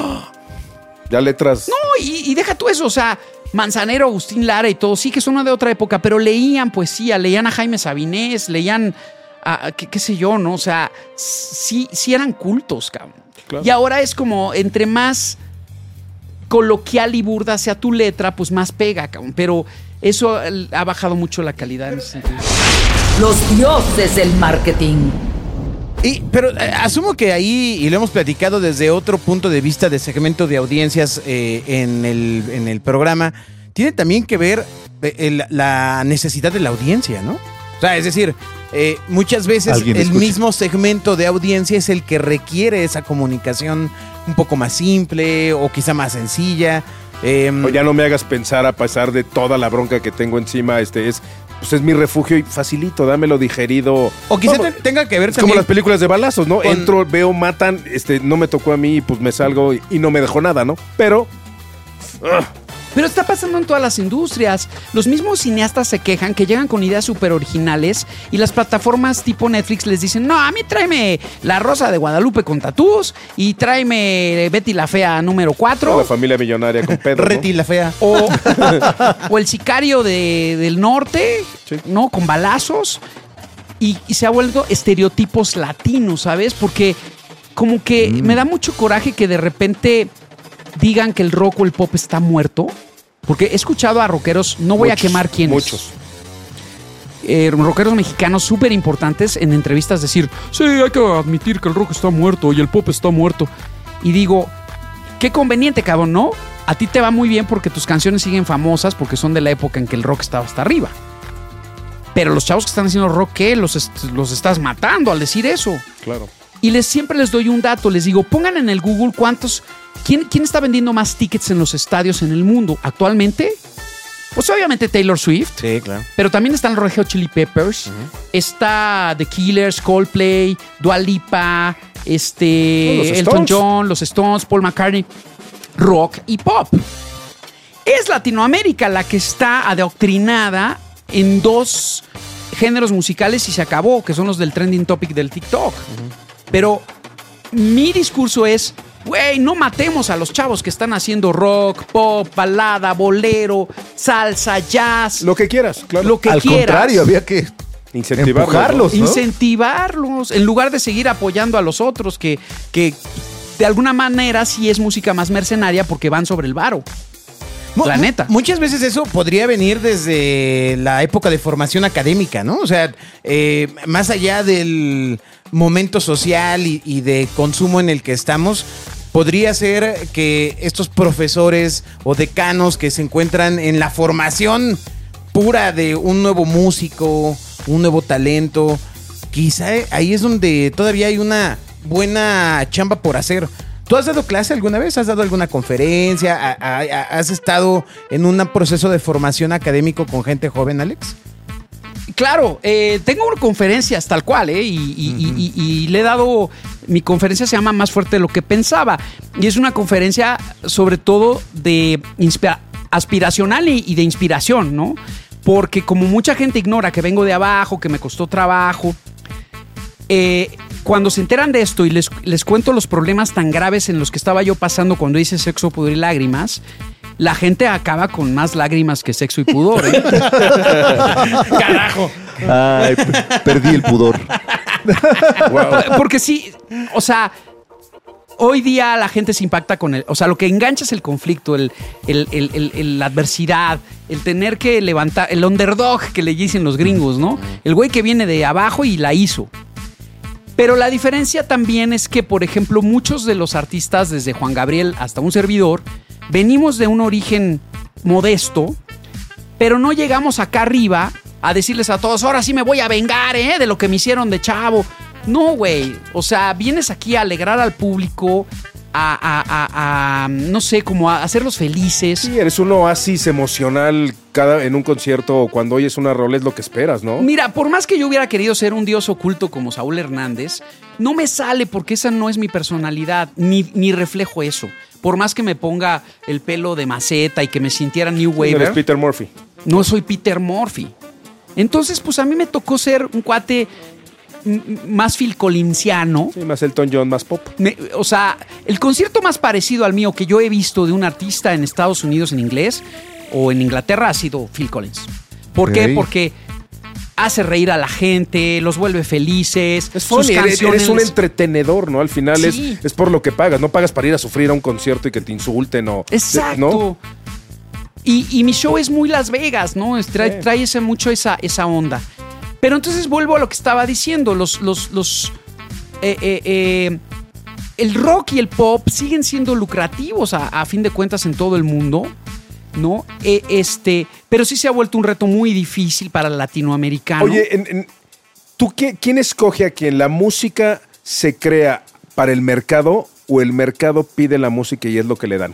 Ya letras... No, y deja tú eso, o sea, Manzanero, Agustín Lara y todo, sí que son de otra época, pero leían poesía, leían a Jaime Sabinés, leían... qué sé yo, ¿no? O sea, sí eran cultos, cabrón. Claro. Y ahora es como, entre más coloquial y burda sea tu letra, pues más pega, cabrón. Pero eso ha bajado mucho la calidad en ese sentido. Los dioses del marketing. Pero asumo que ahí, y lo hemos platicado desde otro punto de vista de segmento de audiencias en el programa, tiene también que ver la necesidad de la audiencia, ¿no? O sea, es decir, muchas veces el mismo segmento de audiencia es el que requiere esa comunicación un poco más simple o quizá más sencilla. O ya no me hagas pensar a pesar de toda la bronca que tengo encima, es mi refugio y facilito, dámelo digerido. O quizá tenga que ver es también... como las películas de balazos, ¿no? Entro, veo, matan, no me tocó a mí y pues me salgo y no me dejó nada, ¿no? Pero está pasando en todas las industrias. Los mismos cineastas se quejan que llegan con ideas súper originales y las plataformas tipo Netflix les dicen, no, a mí tráeme La Rosa de Guadalupe con tatús y tráeme Betty la Fea número 4. La familia millonaria con Pedro, Reti la Fea. O El Sicario del Norte, sí, ¿no? Con balazos. Y se ha vuelto estereotipos latinos, ¿sabes? Porque como que me da mucho coraje que de repente digan que el rock o el pop está muerto. Porque he escuchado a rockeros, no voy a quemar quiénes. Muchos. Rockeros mexicanos súper importantes en entrevistas decir, sí, hay que admitir que el rock está muerto y el pop está muerto. Y digo, qué conveniente, cabrón, ¿no? A ti te va muy bien porque tus canciones siguen famosas porque son de la época en que el rock estaba hasta arriba. Pero los chavos que están haciendo rock, ¿qué? Los estás matando al decir eso. Claro. Y siempre les doy un dato, les digo, pongan en el Google ¿Quién está vendiendo más tickets en los estadios en el mundo actualmente? Pues obviamente Taylor Swift. Sí, claro. Pero también están los Red Hot Chili Peppers. Está The Killers, Coldplay, Dua Lipa, Elton John, los Stones, Paul McCartney. Rock y pop. Es Latinoamérica la que está adoctrinada en dos géneros musicales y se acabó, que son los del trending topic del TikTok. Pero mi discurso es... Güey, no matemos a los chavos que están haciendo rock, pop, balada, bolero, salsa, jazz. Lo que quieras, claro. Lo que Al quieras. contrario, había que incentivarlos, ¿no? Incentivarlos, en lugar de seguir apoyando a los otros que de alguna manera sí es música más mercenaria porque van sobre el varo. La neta. Muchas veces eso podría venir desde la época de formación académica, ¿no? O sea, más allá del momento social y de consumo en el que estamos, podría ser que estos profesores o decanos que se encuentran en la formación pura de un nuevo músico, un nuevo talento, quizá ahí es donde todavía hay una buena chamba por hacer. ¿Tú has dado clase alguna vez? ¿Has dado alguna conferencia? ¿Has estado en un proceso de formación académico con gente joven, Alex? Claro, tengo conferencias tal cual, y le he dado, mi conferencia se llama Más fuerte de lo que pensaba, y es una conferencia sobre todo de aspiracional y de inspiración, ¿no? Porque como mucha gente ignora que vengo de abajo, que me costó trabajo, cuando se enteran de esto y les cuento los problemas tan graves en los que estaba yo pasando cuando hice Sexo, Pudor y Lágrimas, la gente acaba con más lágrimas que sexo y pudor, ¿eh? ¡Carajo! Ay, perdí el pudor. Wow. Porque sí, o sea, hoy día la gente se impacta con o sea, lo que engancha es el conflicto, la adversidad, el tener que levantar, el underdog que le dicen los gringos, ¿no? El güey que viene de abajo y la hizo. Pero la diferencia también es que, por ejemplo, muchos de los artistas, desde Juan Gabriel hasta un servidor, venimos de un origen modesto, pero no llegamos acá arriba a decirles a todos, ahora sí me voy a vengar, de lo que me hicieron de chavo. No, güey. O sea, vienes aquí a alegrar al público, no sé, como a hacerlos felices. Sí, eres un oasis emocional en un concierto o cuando oyes una rola es lo que esperas, ¿no? Mira, por más que yo hubiera querido ser un dios oculto como Saúl Hernández, no me sale porque esa no es mi personalidad, ni reflejo eso. Por más que me ponga el pelo de maceta y que me sintiera New Wave. Eres Peter Murphy. No soy Peter Murphy. Entonces, pues a mí me tocó ser un cuate más Phil Collinsiano. Sí, más Elton John, más pop. O sea, el concierto más parecido al mío que yo he visto de un artista en Estados Unidos en inglés o en Inglaterra ha sido Phil Collins. ¿Por qué? Porque hace reír a la gente, los vuelve felices. Es funny, eres un entretenedor, ¿no? Al final sí. es por lo que pagas. No pagas para ir a sufrir a un concierto y que te insulten o... Exacto. ¿no? Y mi show es muy Las Vegas, ¿no? Trae mucho esa onda. Pero entonces vuelvo a lo que estaba diciendo. El rock y el pop siguen siendo lucrativos a fin de cuentas en todo el mundo, ¿no? Pero sí se ha vuelto un reto muy difícil para el latinoamericano. Oye, ¿tú quién escoge a quién? ¿La música se crea para el mercado o el mercado pide la música y es lo que le dan?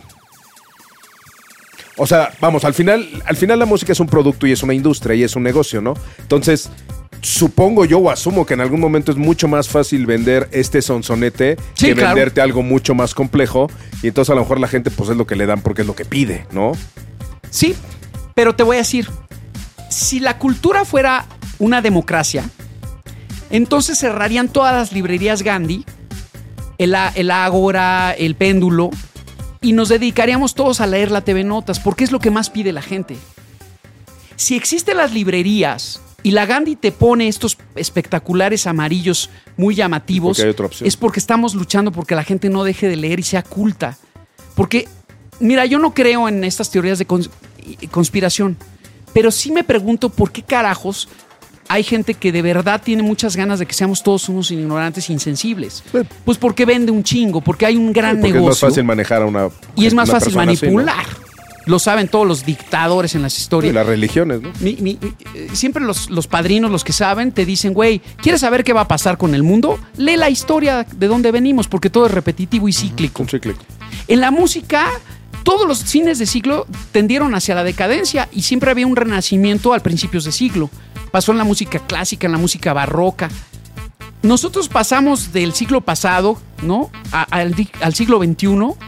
O sea, vamos, al final la música es un producto y es una industria y es un negocio, ¿no? Entonces, supongo yo o asumo que en algún momento es mucho más fácil vender este sonsonete que venderte algo mucho más complejo. Y entonces a lo mejor la gente pues es lo que le dan porque es lo que pide, ¿no? Sí, pero te voy a decir, si la cultura fuera una democracia, entonces cerrarían todas las librerías Gandhi, el Ágora, el Péndulo, y nos dedicaríamos todos a leer la TV Notas, porque es lo que más pide la gente. Si existen las librerías y la Gandhi te pone estos espectaculares amarillos muy llamativos, es porque estamos luchando porque la gente no deje de leer y sea culta. Porque, mira, yo no creo en estas teorías de conspiración, pero sí me pregunto por qué carajos hay gente que de verdad tiene muchas ganas de que seamos todos unos ignorantes e insensibles. Pues porque vende un chingo, porque hay un gran negocio. Es más fácil manejar a una y es más fácil manipular. Así, ¿no? Lo saben todos los dictadores en las historias. Y las religiones, ¿no? Siempre los padrinos, los que saben, te dicen, güey, ¿quieres saber qué va a pasar con el mundo? Lee la historia de dónde venimos, porque todo es repetitivo y cíclico. Un cíclico. En la música, todos los fines de siglo tendieron hacia la decadencia y siempre había un renacimiento al principios de siglo. Pasó en la música clásica, en la música barroca. Nosotros pasamos del siglo pasado, ¿no? al siglo XXI.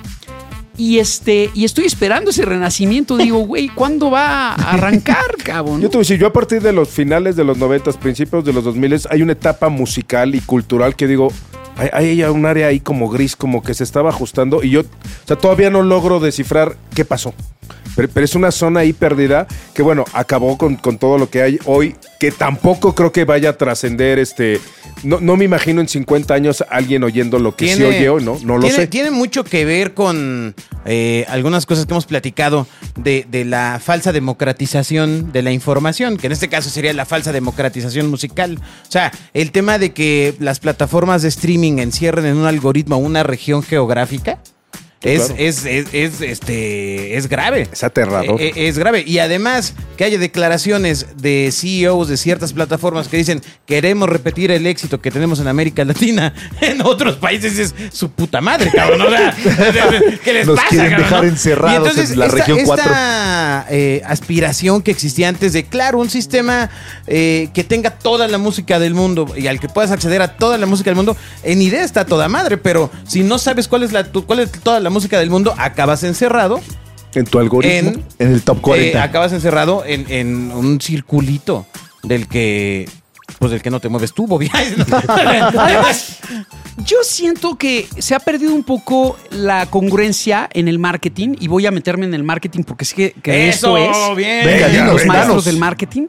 Y estoy esperando ese renacimiento. Digo, güey, ¿cuándo va a arrancar, cabrón? Yo te voy a decir, yo a partir de los finales de los 90s, principios de los 2000s, hay una etapa musical y cultural que digo, hay un área ahí como gris, como que se estaba ajustando. Y yo, o sea, todavía no logro descifrar qué pasó. Pero es una zona ahí perdida que, bueno, acabó con todo lo que hay hoy, que tampoco creo que vaya a trascender No me imagino en 50 años alguien oyendo lo que se oye hoy, ¿no? No lo sé. Tiene mucho que ver con algunas cosas que hemos platicado de la falsa democratización de la información, que en este caso sería la falsa democratización musical. O sea, el tema de que las plataformas de streaming encierren en un algoritmo una región geográfica. es grave. Es aterrador. Es grave. Y además que haya declaraciones de CEOs de ciertas plataformas que dicen queremos repetir el éxito que tenemos en América Latina en otros países, es su puta madre, cabrón. O sea, ¿qué les Nos pasa, quieren cabrón, dejar no? encerrados Y entonces, en la región 4. Esta aspiración que existía antes de, claro, un sistema que tenga toda la música del mundo y al que puedas acceder a toda la música del mundo, en idea está toda madre, pero si no sabes cuál es toda la música del mundo, acabas encerrado En tu algoritmo. En el top 40. acabas encerrado en un circulito del que no te mueves tú, Bobby. Además, yo siento que se ha perdido un poco la congruencia en el marketing y voy a meterme en el marketing porque sé que Eso, esto es bien. Venga, los dinos, maestros danos. del marketing.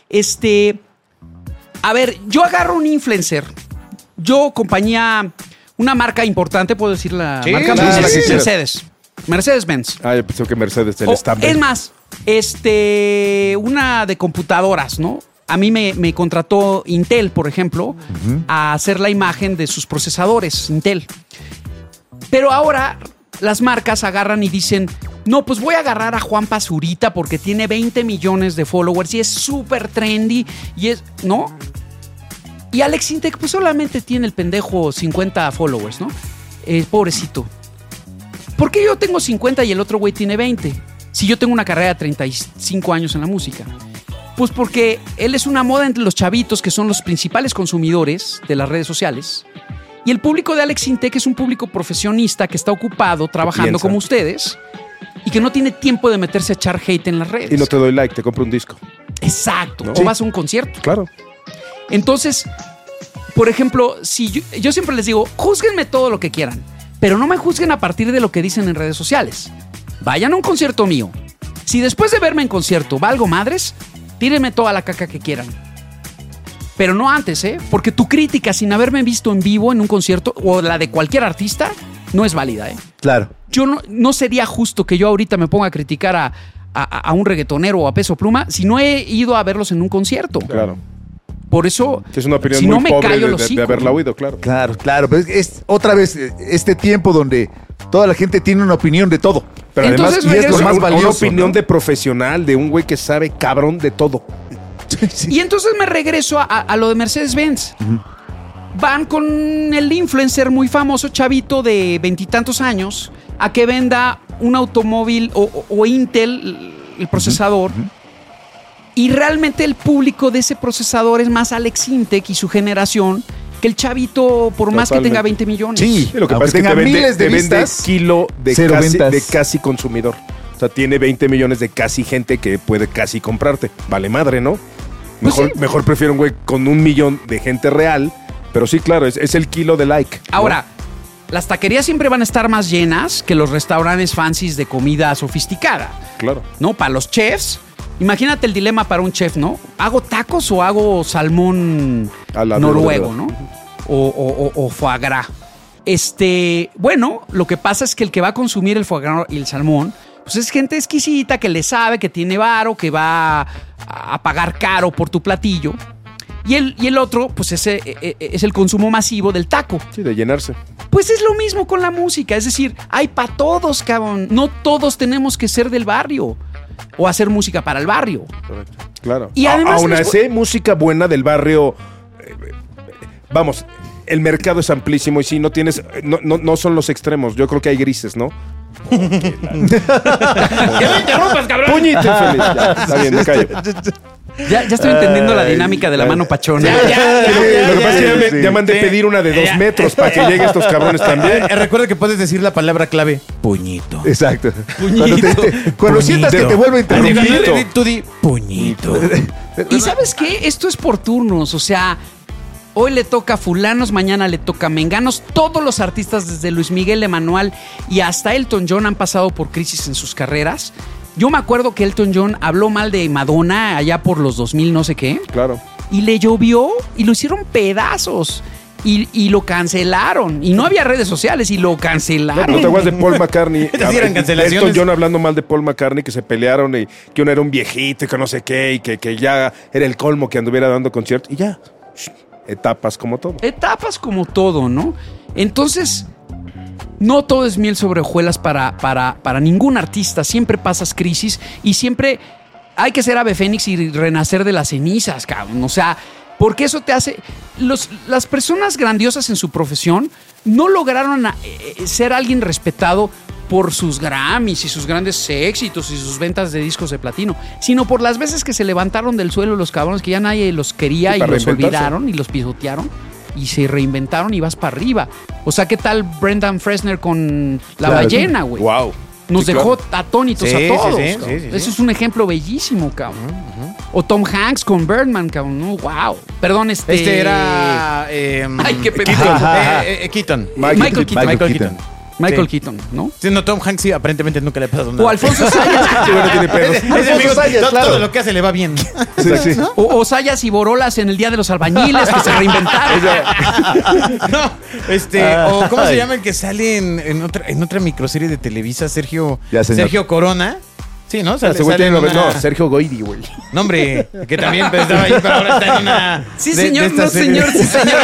A ver, yo agarro un influencer, una marca importante, puedo decir la Sí, marca, claro, la que quieras. Mercedes-Benz. Ah, yo pensé que Mercedes del O, estambre. es más, una de computadoras, ¿no? A mí me contrató Intel, por ejemplo, a hacer la imagen de sus procesadores, Intel. Pero ahora las marcas agarran y dicen, no, pues voy a agarrar a Juan Pazurita porque tiene 20 millones de followers y es súper trendy y es, ¿no? Y Alex Intec pues solamente tiene el pendejo 50 followers, ¿no? Pobrecito. ¿Por qué yo tengo 50 y el otro güey tiene 20? Si yo tengo una carrera de 35 años en la música. Pues porque él es una moda entre los chavitos que son los principales consumidores de las redes sociales. Y el público de Alex Intec es un público profesionista que está ocupado trabajando piensa. como ustedes y que no tiene tiempo de meterse a echar hate en las redes. Y no te doy like, te compro un disco. Exacto. ¿No? O Sí. vas a un concierto. Claro. Entonces, por ejemplo, si yo siempre les digo, júzguenme todo lo que quieran, pero no me juzguen a partir de lo que dicen en redes sociales. Vayan a un concierto mío. Si después de verme en concierto valgo madres, tírenme toda la caca que quieran. Pero no antes, ¿eh? Porque tu crítica sin haberme visto en vivo en un concierto o la de cualquier artista no es válida, ¿eh? Claro. Yo no sería justo que yo ahorita me ponga a criticar a un reggaetonero o a Peso Pluma si no he ido a verlos en un concierto. Claro. Por eso, Que es una opinión si no muy me pobre callo el de hocico, haberla ¿no? oído, claro. Claro. Pero es otra vez este tiempo donde toda la gente tiene una opinión de todo. Pero Entonces, además, y es lo regreso- más una valioso, opinión ¿no? de profesional, de un güey que sabe cabrón de todo. Y entonces me regreso a lo de Mercedes-Benz. Van con el influencer muy famoso, chavito de 20 y tantos años, a que venda un automóvil o Intel, el procesador. Y realmente el público de ese procesador es más Alex Intec y su generación que el chavito, por más que Totalmente. tenga 20 millones. Sí. Sí, lo que Aunque pasa es que tenga te vende, miles de te vende vistas, kilo de cero ventas. de casi consumidor. O sea, tiene 20 millones de casi gente que puede casi comprarte. Vale madre, ¿no? Pues Mejor prefiero un güey con 1 millón de gente real. Pero sí, claro, es el kilo de like. ¿no? Ahora, las taquerías siempre van a estar más llenas que los restaurantes fancies de comida sofisticada. Claro. ¿No? Para los chefs, imagínate el dilema para un chef, ¿no? ¿Hago tacos o hago salmón A la noruego, verdad. ¿no? O foie gras. Bueno, lo que pasa es que el que va a consumir el foie gras y el salmón, pues es gente exquisita que le sabe, que tiene varo, que va a pagar caro por tu platillo. Y el otro, pues es el consumo masivo del taco. Sí, de llenarse. Pues es lo mismo con la música. Es decir, hay para todos, cabrón. No todos tenemos que ser del barrio o hacer música para el barrio. Correcto. Claro. Y además aún les- así, música buena del barrio. Vamos, el mercado es amplísimo y sí, no tienes. No son los extremos. Yo creo que hay grises, ¿no? ¡Que no interrumpas, cabrón! Puñito infeliz. Ya, está bien, me callo. Ya estoy entendiendo la dinámica de la mano pachona. Lo que pasa es que ya me han de Sí. pedir una de 2 metros para que lleguen estos cabrones también. Recuerda que puedes decir la palabra clave, puñito. Exacto. Puñito. Cuando sientas que te vuelve a interrumpir. Tú di puñito. ¿Y sabes qué? Esto es por turnos. O sea, hoy le toca a fulanos, mañana le toca a menganos. Todos los artistas, desde Luis Miguel Emanuel y hasta Elton John, han pasado por crisis en sus carreras. Yo me acuerdo que Elton John habló mal de Madonna allá por los 2000 no sé qué. Claro. Y le llovió y lo hicieron pedazos. Y lo cancelaron. Y no había redes sociales y lo cancelaron. ¿No te acuerdas de Paul McCartney? Estas sí eran cancelaciones. Elton John hablando mal de Paul McCartney, que se pelearon y que uno era un viejito y que no sé qué, y que ya era el colmo que anduviera dando conciertos. Y ya, etapas como todo. Etapas como todo, ¿no? Entonces, no todo es miel sobre hojuelas para ningún artista. Siempre pasas crisis y siempre hay que ser ave fénix y renacer de las cenizas, cabrón. O sea, porque eso te hace... Las personas grandiosas en su profesión no lograron ser alguien respetado por sus Grammys y sus grandes éxitos y sus ventas de discos de platino, sino por las veces que se levantaron del suelo los cabrones que ya nadie los quería y los olvidaron y los pisotearon y se reinventaron y vas para arriba. O sea, ¿qué tal Brendan Fraser con La Ballena, güey? Wow. Nos dejó atónitos a todos. Sí. Eso es un ejemplo bellísimo, cabrón. O Tom Hanks con Birdman, cabrón. No, wow. Perdón, Este era... Ay, qué Keaton. Michael Keaton. Michael Sí. Keaton, ¿no? Sí, no, Tom Hanks sí, aparentemente nunca le ha pasado nada. O Alfonso Sayas. Sí, bueno, tiene pedos. Ese amigo, todo lo que hace le va bien. Sí. O Sayas y Borolas en el Día de los Albañiles que se reinventaron. No, o ¿cómo se llama el que sale en otra microserie de Televisa? Sergio Corona. Sí, ¿no? Ese güey tiene Sergio Goyri, güey. No, hombre, que también pues, estaba ahí, pero ahora está en una... Sí, señor, no, señor, sí, señor.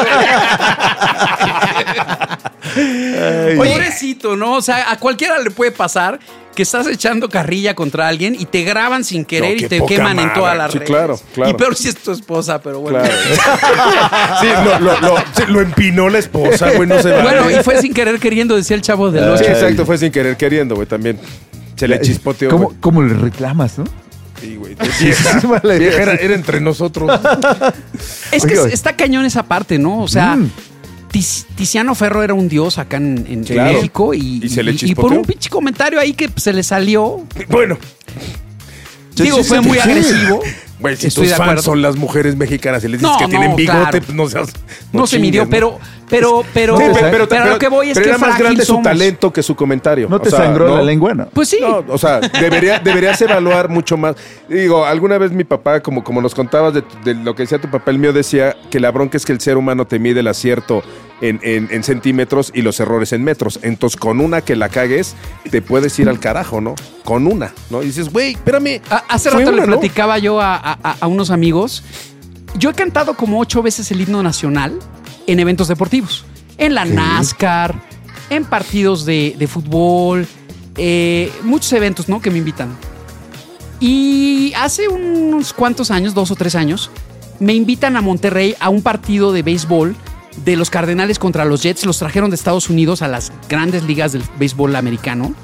Pobrecito, ¿no? O sea, a cualquiera le puede pasar que estás echando carrilla contra alguien y te graban sin querer y te queman en todas las redes. Claro. Y peor si es tu esposa, pero bueno. Claro. Sí, lo empinó la esposa, güey, no se va. Bueno, y fue sin querer queriendo, decía el Chavo del Sí, Ocho. exacto, fue sin querer queriendo, güey, también. Se le chispoteó. ¿Cómo le reclamas, no? Sí, güey. Vieja era entre nosotros. Es que está cañón esa parte, ¿no? O sea, Tiziano Ferro era un dios acá en Claro. México Y se le y por chispoteó. un pinche comentario ahí que se le salió. Bueno. Digo, fue muy agresivo. Güey, si Estoy tus de fans acuerdo. son las mujeres mexicanas y les dices No, que tienen bigote, claro. pues no seas... No se chingues, midió, ¿no? pero Sí, lo que voy es pero que era más frágil grande su somos. talento que su comentario. ¿No te O sea, sangró ¿no? la lengua? No. Pues sí. No, o sea, deberías evaluar mucho más. Digo, alguna vez mi papá, como nos contabas de lo que decía tu papá, el mío decía que la bronca es que el ser humano te mide el acierto en centímetros y los errores en metros. Entonces, con una que la cagues, te puedes ir al carajo, ¿no? Con una, ¿no? Y dices, güey, espérame. Hace fue rato le una, ¿no? platicaba yo a unos amigos. Yo he cantado como 8 veces el himno nacional en eventos deportivos. En la NASCAR, en partidos de fútbol, muchos eventos, ¿no? Que me invitan. Y hace unos cuantos años, 2 o 3 años, me invitan a Monterrey a un partido de béisbol de los Cardenales contra los Jets. Los trajeron de Estados Unidos a las grandes ligas del béisbol americano.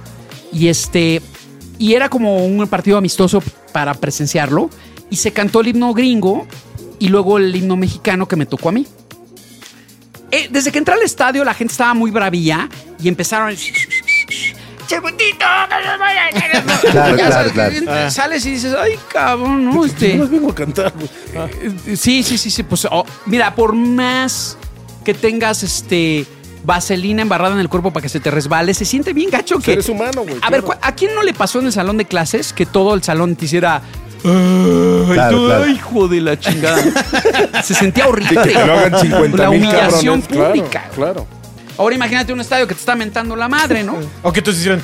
Y era como un partido amistoso para presenciarlo. Y se cantó el himno gringo y luego el himno mexicano que me tocó a mí. Desde que entré al estadio la gente estaba muy bravilla y empezaron... ¡Cheputito! Claro. Sales y dices, ay, cabrón, ¿no? No vengo a cantar, güey. Sí. Pues, mira, por más que tengas vaselina embarrada en el cuerpo para que se te resbale, se siente bien gacho que... Eres humano, güey. A ver, ¿a quién no le pasó en el salón de clases que todo el salón te hiciera... Claro. Ay, hijo de la chingada. Se sentía horrible. Que lo hagan 50,000 La humillación cabrones. pública. Claro. Ahora imagínate un estadio que te está mentando la madre, ¿no? O que todos hicieran...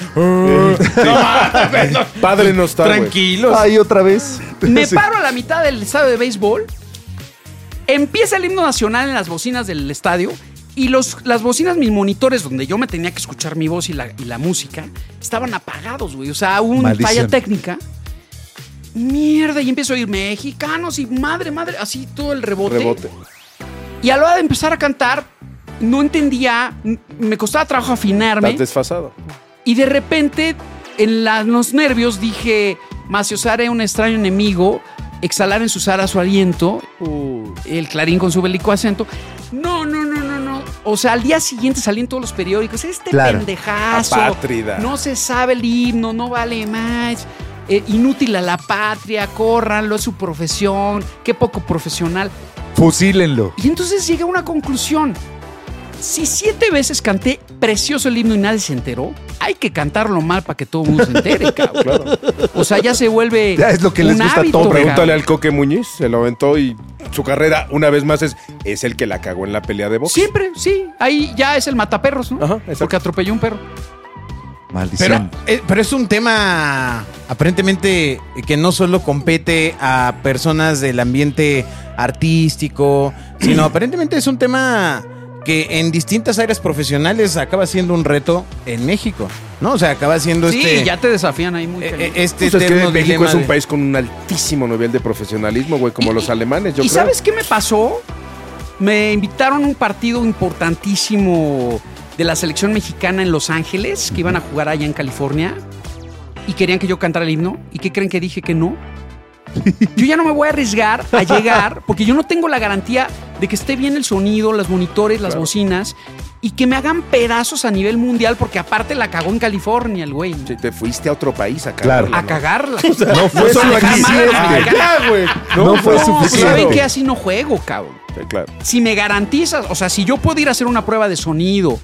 Padre no está, güey. Tranquilos. Ay, otra vez. Me Sí. paro a la mitad del estadio de béisbol. Empieza el himno nacional en las bocinas del estadio. Y las bocinas, mis monitores, donde yo me tenía que escuchar mi voz y la música, estaban apagados, güey. O sea, hubo una Maldición. falla técnica. Mierda, y empiezo a oír mexicanos y madre, así todo el rebote. Y a la hora de empezar a cantar, no entendía, me costaba trabajo afinarme. Estás desfasado. Y de repente, en los nervios, dije, maciosare un extraño enemigo, exhalar en sus aras su aliento, el Clarín con su bélico acento. No. O sea, al día siguiente salían todos los periódicos, Claro. pendejazo, Apátrida. no se sabe el himno, no vale más, inútil a la patria, córranlo, es su profesión, qué poco profesional. Fusílenlo. Y entonces llegué a una conclusión. Si 7 veces canté precioso el himno y nadie se enteró, hay que cantarlo mal para que todo el mundo se entere, cabrón. Claro. O sea, ya se vuelve Ya es lo que les un gusta a hábito, todos. Pregúntale cabrón. al Coque Muñiz, se lo aventó y su carrera, una vez más, es el que la cagó en la pelea de box. Siempre, sí. Ahí ya es el mataperros, ¿no? Ajá, exacto. Porque atropelló un perro. Maldición. Pero es un tema aparentemente que no solo compete a personas del ambiente artístico, sino aparentemente es un tema que en distintas áreas profesionales acaba siendo un reto en México, ¿no? O sea, acaba siendo Sí, ya te desafían ahí muy cañón. Pues es que México es un país con un altísimo nivel de profesionalismo, güey, como los alemanes, yo creo. ¿Y sabes qué me pasó? Me invitaron a un partido importantísimo de la selección mexicana en Los Ángeles, que iban a jugar allá en California, y querían que yo cantara el himno. ¿Y qué creen que dije que no? Yo ya no me voy a arriesgar a llegar, porque yo no tengo la garantía de que esté bien el sonido, los monitores, las bocinas, y que me hagan pedazos a nivel mundial, porque aparte la cagó en California el güey. Sí, te fuiste a otro país a Claro. cagarla. A cagarla. O sea, No fue solo aquí. suficiente. Güey. No fue No, suficiente. ¿saben qué? Así no juego, cabrón. Sí, claro. Si me garantizas, o sea, si yo puedo ir a hacer una prueba de sonido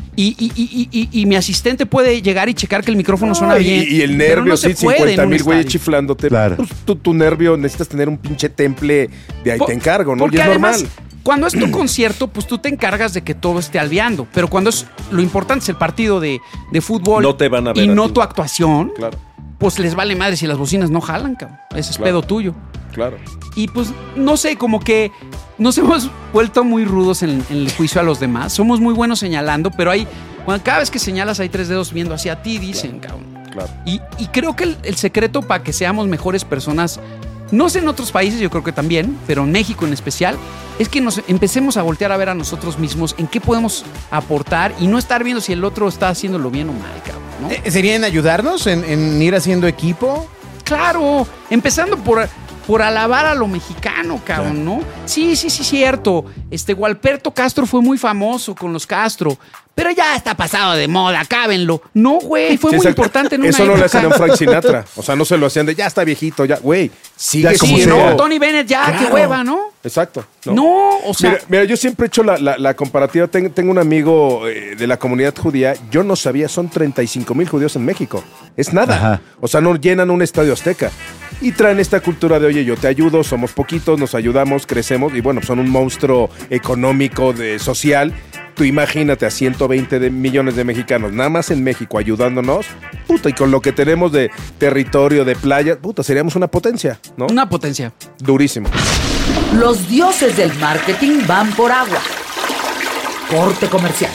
y mi asistente puede llegar y checar que el micrófono suena bien. Y el pero nervio, no se sí, puede en 50 un mil güeyes estadio. chiflándote. Claro. Pues, tu nervio necesitas tener un pinche temple de ahí te encargo, ¿no? Y Porque es además, normal. cuando es tu concierto, pues tú te encargas de que todo esté albeando. Pero cuando es lo importante es el partido de fútbol No te van a ver y a no ti. tu actuación, Claro, pues les vale madre si las bocinas no jalan, cabrón. Ese es Claro. pedo tuyo. claro. Y pues, no sé, como que nos hemos vuelto muy rudos en el juicio a los demás. Somos muy buenos señalando, pero cada vez que señalas hay 3 dedos viendo hacia ti, dicen, cabrón. Claro. Y creo que el secreto para que seamos mejores personas, no sé en otros países, yo creo que también, pero en México en especial, es que nos empecemos a voltear a ver a nosotros mismos en qué podemos aportar y no estar viendo si el otro está haciéndolo bien o mal, cabrón, ¿no? ¿Sería en ayudarnos, en ir haciendo equipo? Claro, empezando por alabar a lo mexicano, cabrón, ¿no? Sí, cierto. Gualberto Castro fue muy famoso con los Castro, pero ya está pasado de moda, cábenlo. No, güey, fue Sí, muy exacto. importante en una Eso no le época. hacían a Frank Sinatra. O sea, no se lo hacían de ya está viejito, ya, güey. Sigue Ya como Sí, siendo. sea. no, Tony Bennett ya, Claro. qué hueva, ¿no? Exacto. No, o sea, Mira, yo siempre he hecho la comparativa. Tengo un amigo de la comunidad judía. Yo no sabía, son 35,000 judíos en México. Es nada. Ajá. O sea, no llenan un estadio azteca. Y traen esta cultura de, oye, yo te ayudo, somos poquitos, nos ayudamos, crecemos. Y bueno, son un monstruo económico, social. Tú imagínate a 120 millones de mexicanos, nada más en México, ayudándonos. Puta, y con lo que tenemos de territorio, de playa, puta, seríamos una potencia, ¿no? una potencia. Durísimo. Los dioses del marketing van por agua. Corte comercial.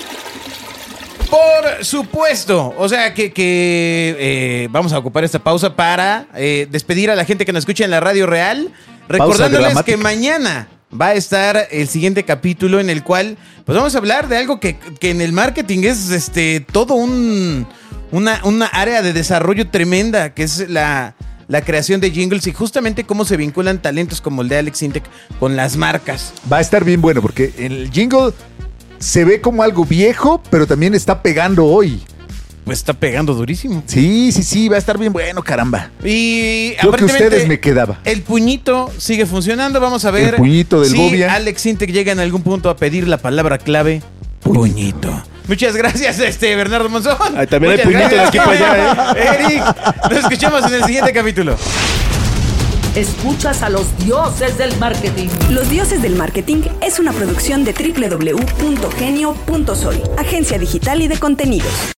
Por supuesto. O sea que vamos a ocupar esta pausa para despedir a la gente que nos escucha en la radio real. Recordándoles dramática. que mañana va a estar el siguiente capítulo en el cual pues vamos a hablar de algo que en el marketing es todo una área de desarrollo tremenda, que es la creación de jingles y justamente cómo se vinculan talentos como el de Alex Intec con las marcas. Va a estar bien bueno porque el jingle se ve como algo viejo, pero también está pegando hoy. Pues está pegando durísimo. Sí, va a estar bien bueno, caramba. Y Creo que aparentemente ustedes me quedaba. el puñito sigue funcionando. Vamos a ver El puñito del si Bobia. Alex Intec llega en algún punto a pedir la palabra clave puñito. Muchas gracias, Bernardo Monzón. Ahí también hay Muchas puñito de gracias, aquí para allá, Eric, nos escuchamos en el siguiente capítulo. Escuchas a los dioses del marketing. Los Dioses del Marketing es una producción de www.genio.sol, agencia digital y de contenidos.